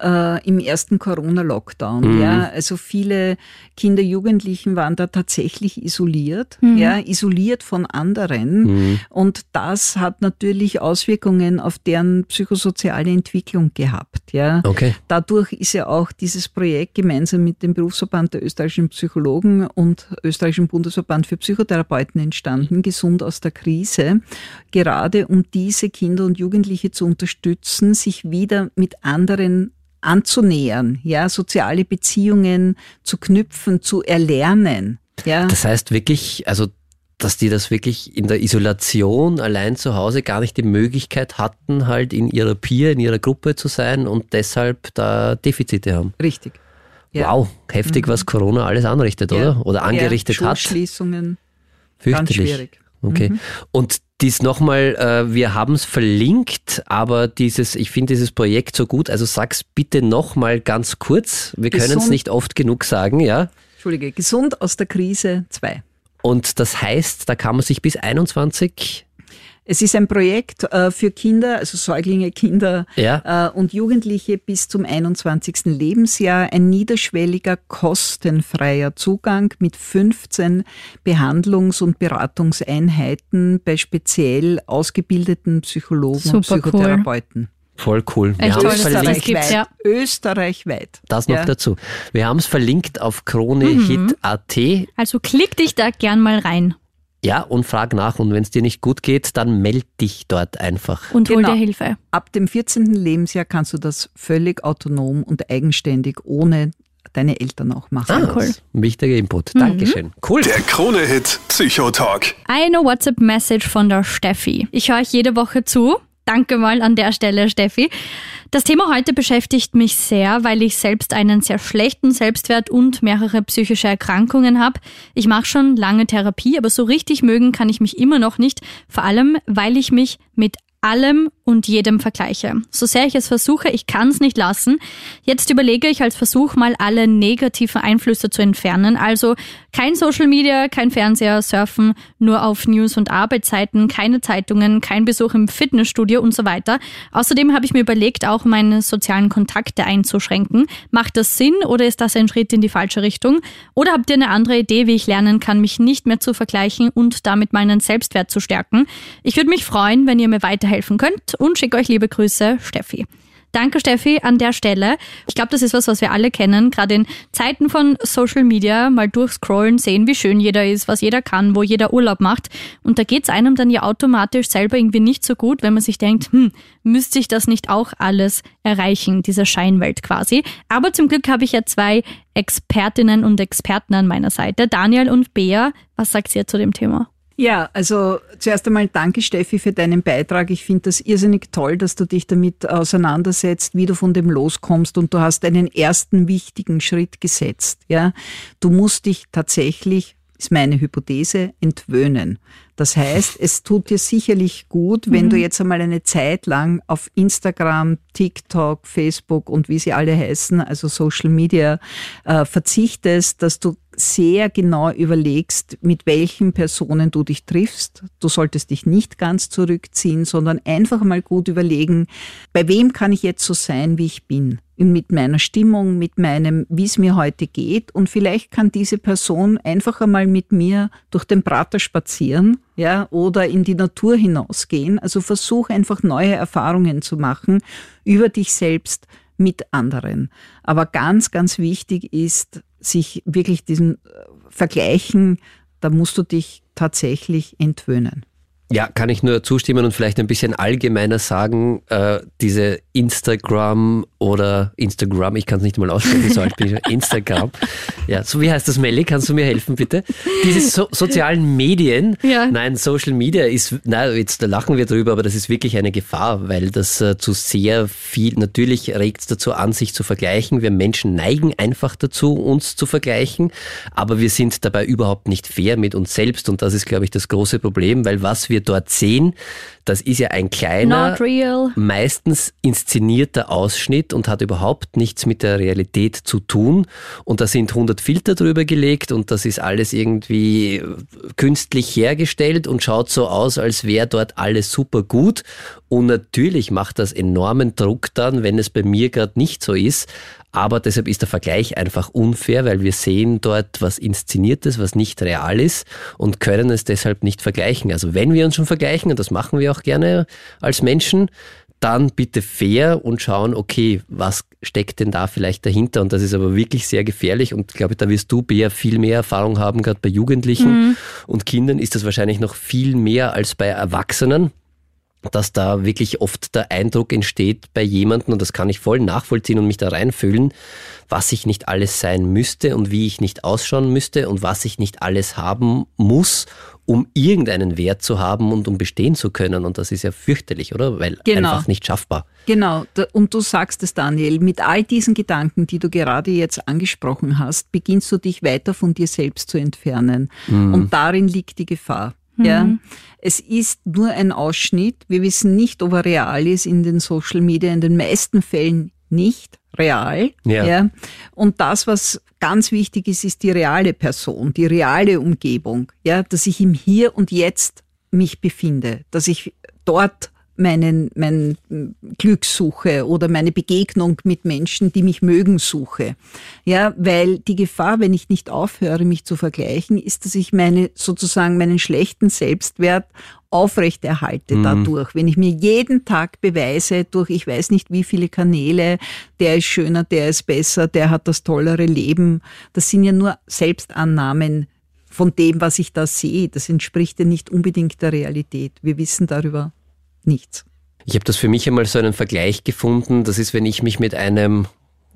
Corona-Lockdown. Ja, also viele Kinder, Jugendlichen waren da tatsächlich isoliert, isoliert von anderen. Und das hat natürlich Auswirkungen auf deren psychosoziale Entwicklung gehabt. Ja. Okay. Dadurch ist ja auch dieses Projekt gemeinsam mit dem Berufsverband der österreichischen Psychologen und österreichischen Bundesverband für Psychotherapeuten entstanden, Gesund aus der Krise, gerade um diese Kinder und Jugendliche zu unterstützen, sich wieder mit anderen anzunähern, ja, soziale Beziehungen zu knüpfen, zu erlernen. Ja. Das heißt wirklich, also dass die das wirklich in der Isolation allein zu Hause gar nicht die Möglichkeit hatten, halt in ihrer Peer, in ihrer Gruppe zu sein und deshalb da Defizite haben. Richtig. Ja. Wow, heftig, was Corona alles anrichtet, oder? Oder angerichtet hat. Schulschließungen, fürchterlich. ganz schwierig. Okay. Und dies nochmal, wir haben es verlinkt, aber ich finde dieses Projekt so gut, also sag's bitte nochmal ganz kurz, wir können es nicht oft genug sagen, ja? Entschuldige, Gesund aus der Krise 2. Und das heißt, da kann man sich bis 21... Es ist ein Projekt für Kinder, also Säuglinge, Kinder und Jugendliche bis zum 21. Lebensjahr. Ein niederschwelliger, kostenfreier Zugang mit 15 Behandlungs- und Beratungseinheiten bei speziell ausgebildeten Psychologen und Psychotherapeuten. Voll cool. Echt toll, dass das gibt, ja. Österreichweit. Das noch dazu. Wir haben es verlinkt auf KroneHit.at. Also klick dich da gern mal rein. Ja, und frag nach. Und wenn es dir nicht gut geht, dann meld dich dort einfach. Und hol dir Hilfe. Ab dem 14. Lebensjahr kannst du das völlig autonom und eigenständig ohne deine Eltern auch machen. Cool. Wichtiger Input. Dankeschön. Cool. Der Krone-Hit Psychotalk. Eine WhatsApp-Message von der Steffi. Ich höre euch jede Woche zu. Danke mal an der Stelle, Steffi. Das Thema heute beschäftigt mich sehr, weil ich selbst einen sehr schlechten Selbstwert und mehrere psychische Erkrankungen habe. Ich mache schon lange Therapie, aber so richtig mögen kann ich mich immer noch nicht. Vor allem, weil ich mich mit allem und jedem vergleiche. So sehr ich es versuche, ich kann es nicht lassen. Jetzt überlege ich als Versuch mal alle negativen Einflüsse zu entfernen. Also kein Social Media, kein Fernseher, Surfen, nur auf News- und Arbeitsseiten, keine Zeitungen, kein Besuch im Fitnessstudio und so weiter. Außerdem habe ich mir überlegt, auch meine sozialen Kontakte einzuschränken. Macht das Sinn oder ist das ein Schritt in die falsche Richtung? Oder habt ihr eine andere Idee, wie ich lernen kann, mich nicht mehr zu vergleichen und damit meinen Selbstwert zu stärken? Ich würde mich freuen, wenn ihr mir weiterhelfen könnt und schicke euch liebe Grüße, Steffi. Danke, Steffi, an der Stelle. Ich glaube, das ist was wir alle kennen. Gerade in Zeiten von Social Media mal durchscrollen, sehen, wie schön jeder ist, was jeder kann, wo jeder Urlaub macht. Und da geht's einem dann ja automatisch selber irgendwie nicht so gut, wenn man sich denkt, müsste ich das nicht auch alles erreichen, diese Scheinwelt quasi. Aber zum Glück habe ich ja 2 Expertinnen und Experten an meiner Seite, Daniel und Bea. Was sagt ihr zu dem Thema? Ja, also zuerst einmal danke, Steffi, für deinen Beitrag. Ich finde das irrsinnig toll, dass du dich damit auseinandersetzt, wie du von dem loskommst, und du hast einen ersten wichtigen Schritt gesetzt. Ja, du musst dich tatsächlich, ist meine Hypothese, entwöhnen. Das heißt, es tut dir sicherlich gut, wenn du jetzt einmal eine Zeit lang auf Instagram, TikTok, Facebook und wie sie alle heißen, also Social Media, verzichtest, dass du sehr genau überlegst, mit welchen Personen du dich triffst. Du solltest dich nicht ganz zurückziehen, sondern einfach mal gut überlegen, bei wem kann ich jetzt so sein, wie ich bin? Mit meiner Stimmung, mit meinem, wie es mir heute geht. Und vielleicht kann diese Person einfach einmal mit mir durch den Prater spazieren, ja, oder in die Natur hinausgehen. Also versuch einfach neue Erfahrungen zu machen über dich selbst mit anderen. Aber ganz, ganz wichtig ist, sich wirklich diesen Vergleichen, da musst du dich tatsächlich entwöhnen. Ja, kann ich nur zustimmen und vielleicht ein bisschen allgemeiner sagen, diese Instagram, ich kann es nicht mal aussprechen, so alt bin ich, Instagram. Ja, so wie heißt das, Melli? Kannst du mir helfen, bitte? Diese sozialen Medien, nein, Social Media ist, jetzt lachen wir drüber, aber das ist wirklich eine Gefahr, weil das zu sehr viel, natürlich regt es dazu an, sich zu vergleichen. Wir Menschen neigen einfach dazu, uns zu vergleichen, aber wir sind dabei überhaupt nicht fair mit uns selbst, und das ist, glaube ich, das große Problem, weil was wir dort sehen, Das ist ja ein kleiner, Not real. meistens inszenierter Ausschnitt und hat überhaupt nichts mit der Realität zu tun. Und da sind 100 Filter drüber gelegt und das ist alles irgendwie künstlich hergestellt und schaut so aus, als wäre dort alles super gut. Und natürlich macht das enormen Druck dann, wenn es bei mir gerade nicht so ist. Aber deshalb ist der Vergleich einfach unfair, weil wir sehen dort was Inszeniertes, was nicht real ist und können es deshalb nicht vergleichen. Also wenn wir uns schon vergleichen, und das machen wir auch gerne als Menschen, dann bitte fair und schauen, okay, was steckt denn da vielleicht dahinter? Und das ist aber wirklich sehr gefährlich und ich glaube, da wirst du, Bea, viel mehr Erfahrung haben, gerade bei Jugendlichen und Kindern ist das wahrscheinlich noch viel mehr als bei Erwachsenen, dass da wirklich oft der Eindruck entsteht bei jemandem, und das kann ich voll nachvollziehen und mich da reinfühlen, was ich nicht alles sein müsste und wie ich nicht ausschauen müsste und was ich nicht alles haben muss, um irgendeinen Wert zu haben und um bestehen zu können. Und das ist ja fürchterlich, oder? Weil einfach nicht schaffbar. Genau. Und du sagst es, Daniel, mit all diesen Gedanken, die du gerade jetzt angesprochen hast, beginnst du dich weiter von dir selbst zu entfernen. Und darin liegt die Gefahr. Ja, es ist nur ein Ausschnitt. Wir wissen nicht, ob er real ist in den Social Media. In den meisten Fällen nicht real. Ja. Und das, was ganz wichtig ist, ist die reale Person, die reale Umgebung. Ja, dass ich im Hier und Jetzt mich befinde, dass ich dort mein Glück suche oder meine Begegnung mit Menschen, die mich mögen, suche. Ja, weil die Gefahr, wenn ich nicht aufhöre, mich zu vergleichen, ist, dass ich meinen schlechten Selbstwert aufrechterhalte dadurch. Wenn ich mir jeden Tag beweise, durch ich weiß nicht wie viele Kanäle, der ist schöner, der ist besser, der hat das tollere Leben. Das sind ja nur Selbstannahmen von dem, was ich da sehe. Das entspricht ja nicht unbedingt der Realität. Wir wissen darüber nichts. Ich habe das für mich einmal so einen Vergleich gefunden. Das ist, wenn ich mich mit einem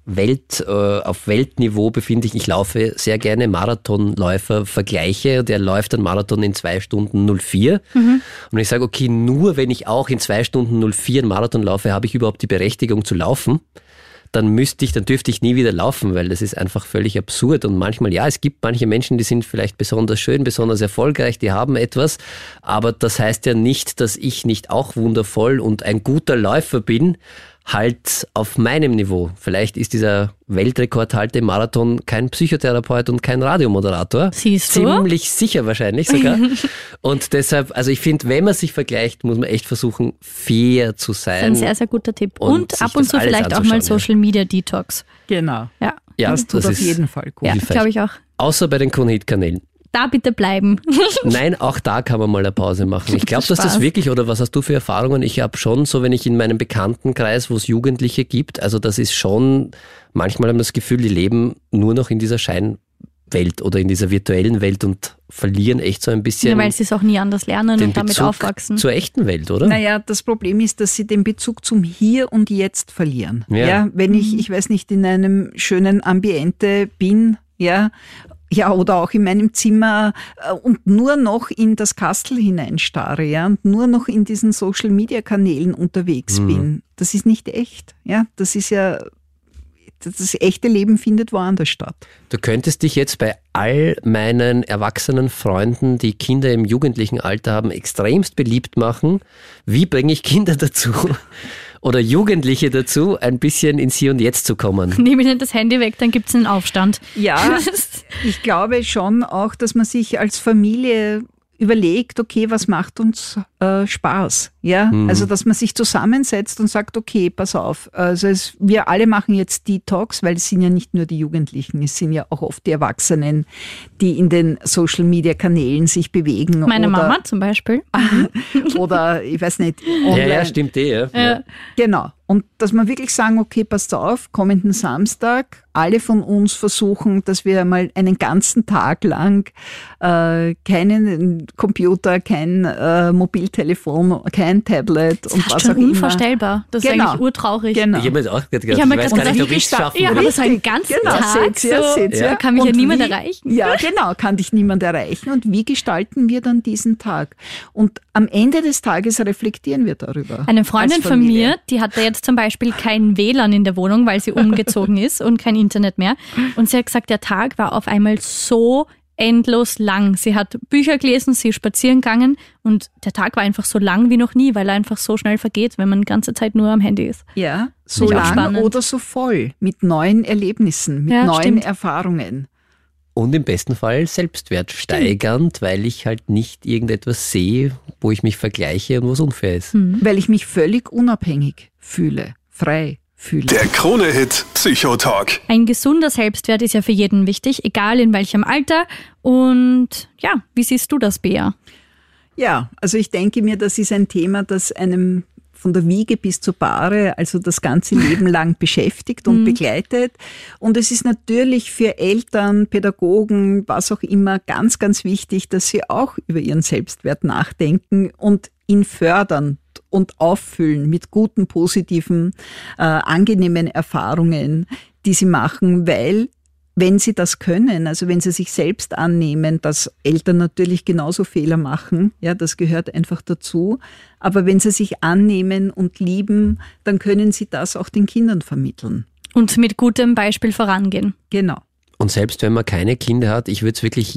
auf Weltniveau befinde. Ich laufe sehr gerne Marathonläufer, vergleiche. Der läuft einen Marathon in 2 Stunden 04. Und ich sage, okay, nur wenn ich auch in 2 Stunden 04 einen Marathon laufe, habe ich überhaupt die Berechtigung zu laufen. Dann dürfte ich nie wieder laufen, weil das ist einfach völlig absurd. Und manchmal, ja, es gibt manche Menschen, die sind vielleicht besonders schön, besonders erfolgreich, die haben etwas. Aber das heißt ja nicht, dass ich nicht auch wundervoll und ein guter Läufer bin, halt auf meinem Niveau. Vielleicht ist dieser Weltrekordhalter im Marathon kein Psychotherapeut und kein Radiomoderator. Siehst du? Ziemlich sicher wahrscheinlich sogar. Und deshalb, also ich finde, wenn man sich vergleicht, muss man echt versuchen, fair zu sein. Das ist ein sehr, sehr guter Tipp. Und ab und zu vielleicht auch mal Social Media Detox. Genau. Ja, das tut auf jeden Fall gut. Ja, glaube ich auch. Außer bei den Krone-Hit-Kanälen. Da bitte bleiben. Nein, auch da kann man mal eine Pause machen. Ich glaube, dass das wirklich, oder was hast du für Erfahrungen? Ich habe schon so, wenn ich in meinem Bekanntenkreis, wo es Jugendliche gibt, also das ist schon, manchmal haben wir das Gefühl, die leben nur noch in dieser Scheinwelt oder in dieser virtuellen Welt und verlieren echt so ein bisschen. Ja, weil sie es auch nie anders lernen und damit Bezug aufwachsen. Zur echten Welt, oder? Naja, das Problem ist, dass sie den Bezug zum Hier und Jetzt verlieren. Ja, wenn ich weiß nicht, in einem schönen Ambiente bin, ja, oder auch in meinem Zimmer und nur noch in das Kastel hineinstarre, ja, und nur noch in diesen Social-Media-Kanälen unterwegs bin. Das ist nicht echt, ja, das echte Leben findet woanders statt. Du könntest dich jetzt bei all meinen erwachsenen Freunden, die Kinder im jugendlichen Alter haben, extremst beliebt machen. Wie bringe ich Kinder dazu oder Jugendliche dazu, ein bisschen ins Hier und Jetzt zu kommen? Nehmen ihnen das Handy weg, dann gibt es einen Aufstand. Ja, ich glaube schon auch, dass man sich als Familie überlegt, okay, was macht uns Spaß? Ja, also dass man sich zusammensetzt und sagt, okay, pass auf, also wir alle machen jetzt Detox, weil es sind ja nicht nur die Jugendlichen, es sind ja auch oft die Erwachsenen, die in den Social-Media-Kanälen sich bewegen. Meine Mama zum Beispiel. Oder ich weiß nicht. Online. Ja, stimmt ja. Genau. Und dass man wirklich sagen, okay, passt auf, kommenden Samstag, alle von uns versuchen, dass wir mal einen ganzen Tag lang keinen Computer, kein Mobiltelefon, kein Tablet das und was auch immer. Das ist schon unvorstellbar. Das ist eigentlich urtraurig. Genau. Ich habe jetzt auch gedacht, ich weiß gar nicht, ob ich es schaffen würde. Ja, aber so einen ganzen Tag, da kann mich ja niemand erreichen. Ja, genau, kann dich niemand erreichen. Und wie gestalten wir dann diesen Tag? Und am Ende des Tages reflektieren wir darüber. Eine Freundin von mir, die hatte jetzt zum Beispiel kein WLAN in der Wohnung, weil sie umgezogen ist und kein Internet mehr. Und sie hat gesagt, der Tag war auf einmal so endlos lang. Sie hat Bücher gelesen, sie ist spazieren gegangen und der Tag war einfach so lang wie noch nie, weil er einfach so schnell vergeht, wenn man die ganze Zeit nur am Handy ist. Ja, so lang oder so voll, mit neuen Erlebnissen, mit neuen Erfahrungen. Und im besten Fall selbstwertsteigernd, weil ich halt nicht irgendetwas sehe, wo ich mich vergleiche und was unfair ist. Weil ich mich völlig unabhängig fühle, frei fühle. Der Krone-Hit Psychotalk. Ein gesunder Selbstwert ist ja für jeden wichtig, egal in welchem Alter. Und ja, wie siehst du das, Bea? Ja, also ich denke mir, das ist ein Thema, das einem von der Wiege bis zur Bahre, also das ganze Leben lang beschäftigt und begleitet. Und es ist natürlich für Eltern, Pädagogen, was auch immer, ganz, ganz wichtig, dass sie auch über ihren Selbstwert nachdenken und ihn fördern und auffüllen mit guten, positiven, angenehmen Erfahrungen, die sie machen, weil wenn sie das können, also wenn sie sich selbst annehmen, dass Eltern natürlich genauso Fehler machen, ja, das gehört einfach dazu, aber wenn sie sich annehmen und lieben, dann können sie das auch den Kindern vermitteln. Und mit gutem Beispiel vorangehen. Genau. Und selbst wenn man keine Kinder hat, ich würde es wirklich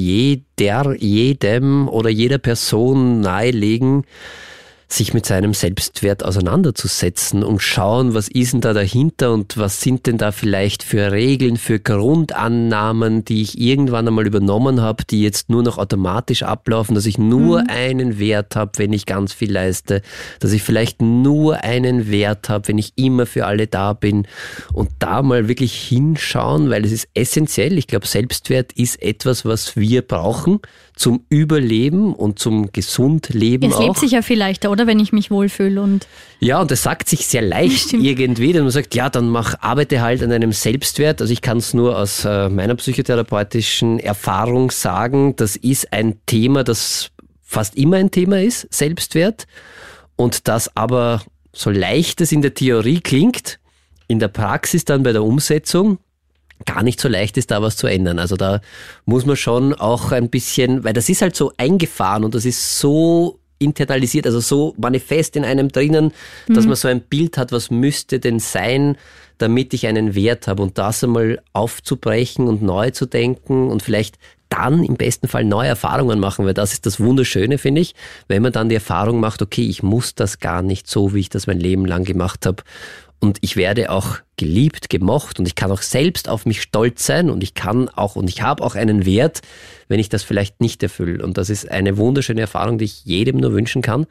jedem oder jeder Person nahelegen, sich mit seinem Selbstwert auseinanderzusetzen und schauen, was ist denn da dahinter und was sind denn da vielleicht für Regeln, für Grundannahmen, die ich irgendwann einmal übernommen habe, die jetzt nur noch automatisch ablaufen, dass ich nur einen Wert habe, wenn ich ganz viel leiste, dass ich vielleicht nur einen Wert habe, wenn ich immer für alle da bin und da mal wirklich hinschauen, weil es ist essentiell. Ich glaube, Selbstwert ist etwas, was wir brauchen zum Überleben und zum Gesundleben auch. Es lebt sich ja viel leichter, oder? Wenn ich mich wohlfühle und... Ja, und das sagt sich sehr leicht irgendwie, denn man sagt, ja, dann arbeite halt an einem Selbstwert. Also ich kann es nur aus meiner psychotherapeutischen Erfahrung sagen, das ist ein Thema, das fast immer ein Thema ist, Selbstwert. Und das aber, so leicht es in der Theorie klingt, in der Praxis dann bei der Umsetzung gar nicht so leicht ist, da was zu ändern. Also da muss man schon auch ein bisschen, weil das ist halt so eingefahren und das ist so internalisiert, also so manifest in einem drinnen, dass man so ein Bild hat, was müsste denn sein, damit ich einen Wert habe. Und das einmal aufzubrechen und neu zu denken und vielleicht dann im besten Fall neue Erfahrungen machen, weil das ist das Wunderschöne, finde ich, wenn man dann die Erfahrung macht, okay, ich muss das gar nicht so, wie ich das mein Leben lang gemacht habe. Und ich werde auch geliebt, gemocht und ich kann auch selbst auf mich stolz sein und ich habe auch einen Wert, wenn ich das vielleicht nicht erfülle. Und das ist eine wunderschöne Erfahrung, die ich jedem nur wünschen kann.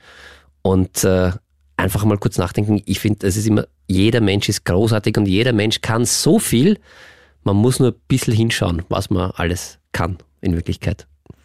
Und einfach mal kurz nachdenken, ich finde, es ist immer, jeder Mensch ist großartig und jeder Mensch kann so viel. Man muss nur ein bisschen hinschauen, was man alles kann in Wirklichkeit.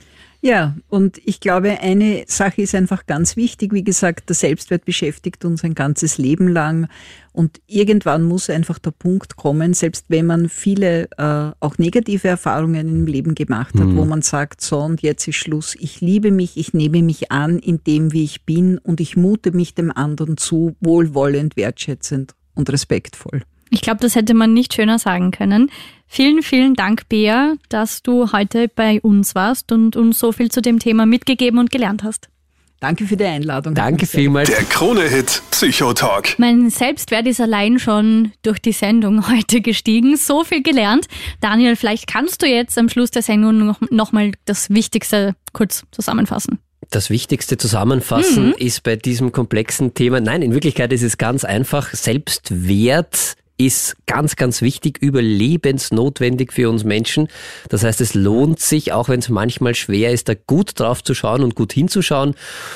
Ja, und ich glaube, eine Sache ist einfach ganz wichtig. Wie gesagt, der Selbstwert beschäftigt uns ein ganzes Leben lang. Und irgendwann muss einfach der Punkt kommen, selbst wenn man viele auch negative Erfahrungen im Leben gemacht hat, wo man sagt, so und jetzt ist Schluss. Ich liebe mich, ich nehme mich an in dem, wie ich bin und ich mute mich dem anderen zu, wohlwollend, wertschätzend und respektvoll. Ich glaube, das hätte man nicht schöner sagen können. Vielen, vielen Dank, Bea, dass du heute bei uns warst und uns so viel zu dem Thema mitgegeben und gelernt hast. Danke für die Einladung. Danke vielmals. Der Krone-Hit Psychotalk. Mein Selbstwert ist allein schon durch die Sendung heute gestiegen. So viel gelernt. Daniel, vielleicht kannst du jetzt am Schluss der Sendung noch mal das Wichtigste kurz zusammenfassen. Das Wichtigste zusammenfassen ist bei diesem komplexen Thema, nein, in Wirklichkeit ist es ganz einfach, Selbstwert ist ganz, ganz wichtig, überlebensnotwendig für uns Menschen. Das heißt, es lohnt sich, auch wenn es manchmal schwer ist, da gut drauf zu schauen und gut hinzuschauen.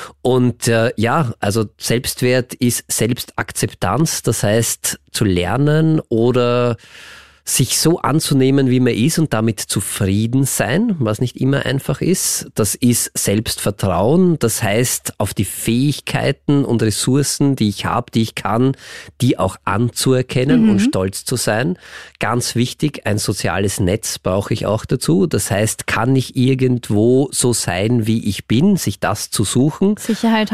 Und also Selbstwert ist Selbstakzeptanz, das heißt zu lernen oder sich so anzunehmen, wie man ist und damit zufrieden sein, was nicht immer einfach ist. Das ist Selbstvertrauen, das heißt auf die Fähigkeiten und Ressourcen, die ich habe, die ich kann, die auch anzuerkennen und stolz zu sein. Ganz wichtig, ein soziales Netz brauche ich auch dazu. Das heißt, kann ich irgendwo so sein, wie ich bin, sich das zu suchen. Sicherheit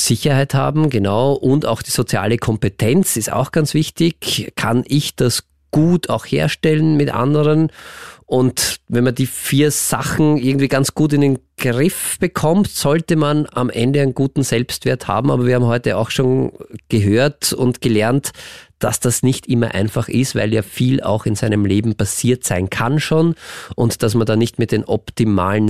haben, genau. Und auch die soziale Kompetenz ist auch ganz wichtig. Kann ich das gut auch herstellen mit anderen? Und wenn man die 4 Sachen irgendwie ganz gut in den Griff bekommt, sollte man am Ende einen guten Selbstwert haben. Aber wir haben heute auch schon gehört und gelernt, dass das nicht immer einfach ist, weil ja viel auch in seinem Leben passiert sein kann schon und dass man da nicht mit den optimalen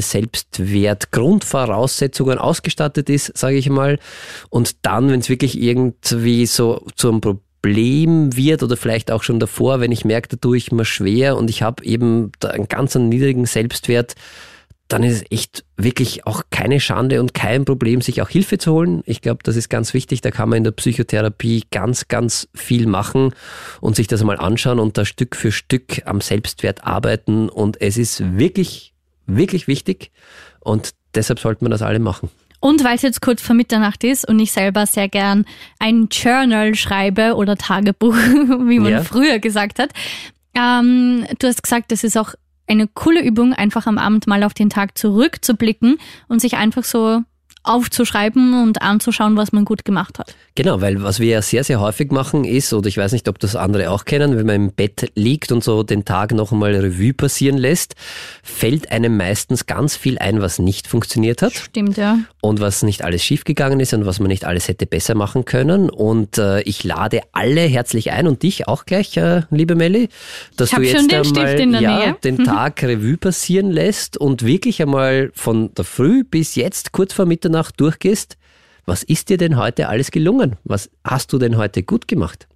Selbstwert-Grundvoraussetzungen ausgestattet ist, sage ich mal. Und dann, wenn es wirklich irgendwie so zum Problem wird oder vielleicht auch schon davor, wenn ich merke, da tue ich mir schwer und ich habe eben da einen ganz niedrigen Selbstwert, dann ist es echt wirklich auch keine Schande und kein Problem, sich auch Hilfe zu holen. Ich glaube, das ist ganz wichtig. Da kann man in der Psychotherapie ganz, ganz viel machen und sich das mal anschauen und da Stück für Stück am Selbstwert arbeiten. Und es ist wirklich, wirklich wichtig und deshalb sollten wir das alle machen. Und weil es jetzt kurz vor Mitternacht ist und ich selber sehr gern ein Journal schreibe oder Tagebuch, wie man früher gesagt hat. Du hast gesagt, das ist auch eine coole Übung, einfach am Abend mal auf den Tag zurückzublicken und sich einfach so aufzuschreiben und anzuschauen, was man gut gemacht hat. Genau, weil was wir ja sehr, sehr häufig machen ist, oder ich weiß nicht, ob das andere auch kennen, wenn man im Bett liegt und so den Tag noch einmal Revue passieren lässt, fällt einem meistens ganz viel ein, was nicht funktioniert hat. Stimmt, ja. Und was nicht alles schiefgegangen ist und was man nicht alles hätte besser machen können. Und ich lade alle herzlich ein und dich auch gleich, liebe Melli, dass du jetzt einmal den Tag Revue passieren lässt und wirklich einmal von der Früh bis jetzt kurz vor Mitternacht durchgehst. Was ist dir denn heute alles gelungen? Was hast du denn heute gut gemacht?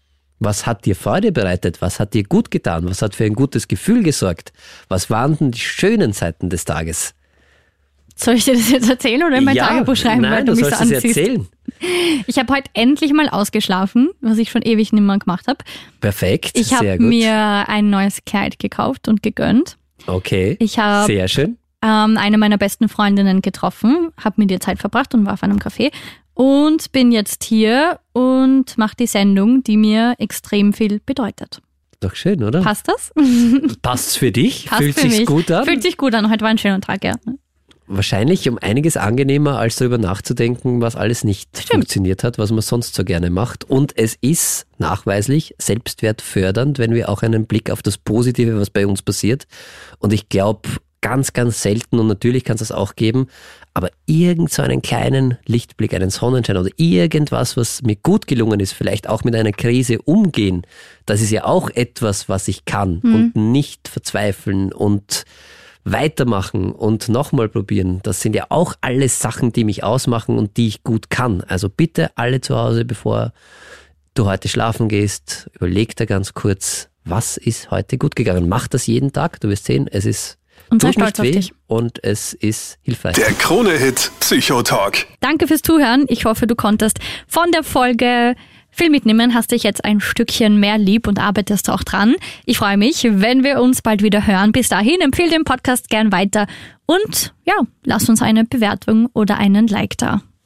Was hat dir Freude bereitet? Was hat dir gut getan? Was hat für ein gutes Gefühl gesorgt? Was waren denn die schönen Seiten des Tages? Soll ich dir das jetzt erzählen oder in mein Tagebuch schreiben, nein, weil du mich so anziehst? Erzählen. Ich habe heute endlich mal ausgeschlafen, was ich schon ewig nicht mehr gemacht habe. Perfekt, ich habe mir ein neues Kleid gekauft und gegönnt. Okay, sehr schön. Eine meiner besten Freundinnen getroffen, habe mit ihr Zeit verbracht und war auf einem Café und bin jetzt hier und mache die Sendung, die mir extrem viel bedeutet. Doch schön, oder? Passt das? Passt's für dich? Passt Fühlt für sich's mich. Gut an? Fühlt sich gut an. Heute war ein schöner Tag, ja. Wahrscheinlich um einiges angenehmer, als darüber nachzudenken, was alles nicht funktioniert hat, was man sonst so gerne macht. Und es ist nachweislich selbstwertfördernd, wenn wir auch einen Blick auf das Positive, was bei uns passiert. Und ich glaube, ganz, ganz selten, und natürlich kann es das auch geben, aber irgend so einen kleinen Lichtblick, einen Sonnenschein oder irgendwas, was mir gut gelungen ist, vielleicht auch mit einer Krise umgehen, das ist ja auch etwas, was ich kann und nicht verzweifeln und weitermachen und nochmal probieren. Das sind ja auch alles Sachen, die mich ausmachen und die ich gut kann. Also bitte alle zu Hause, bevor du heute schlafen gehst, überleg dir ganz kurz, was ist heute gut gegangen. Mach das jeden Tag, du wirst sehen, es ist und sei stolz auf dich. Und es ist hilfreich. Der Krone-Hit Psychotalk. Danke fürs Zuhören. Ich hoffe, du konntest von der Folge viel mitnehmen, hast dich jetzt ein Stückchen mehr lieb und arbeitest auch dran. Ich freue mich, wenn wir uns bald wieder hören. Bis dahin, empfehle den Podcast gern weiter und ja, lass uns eine Bewertung oder einen Like da.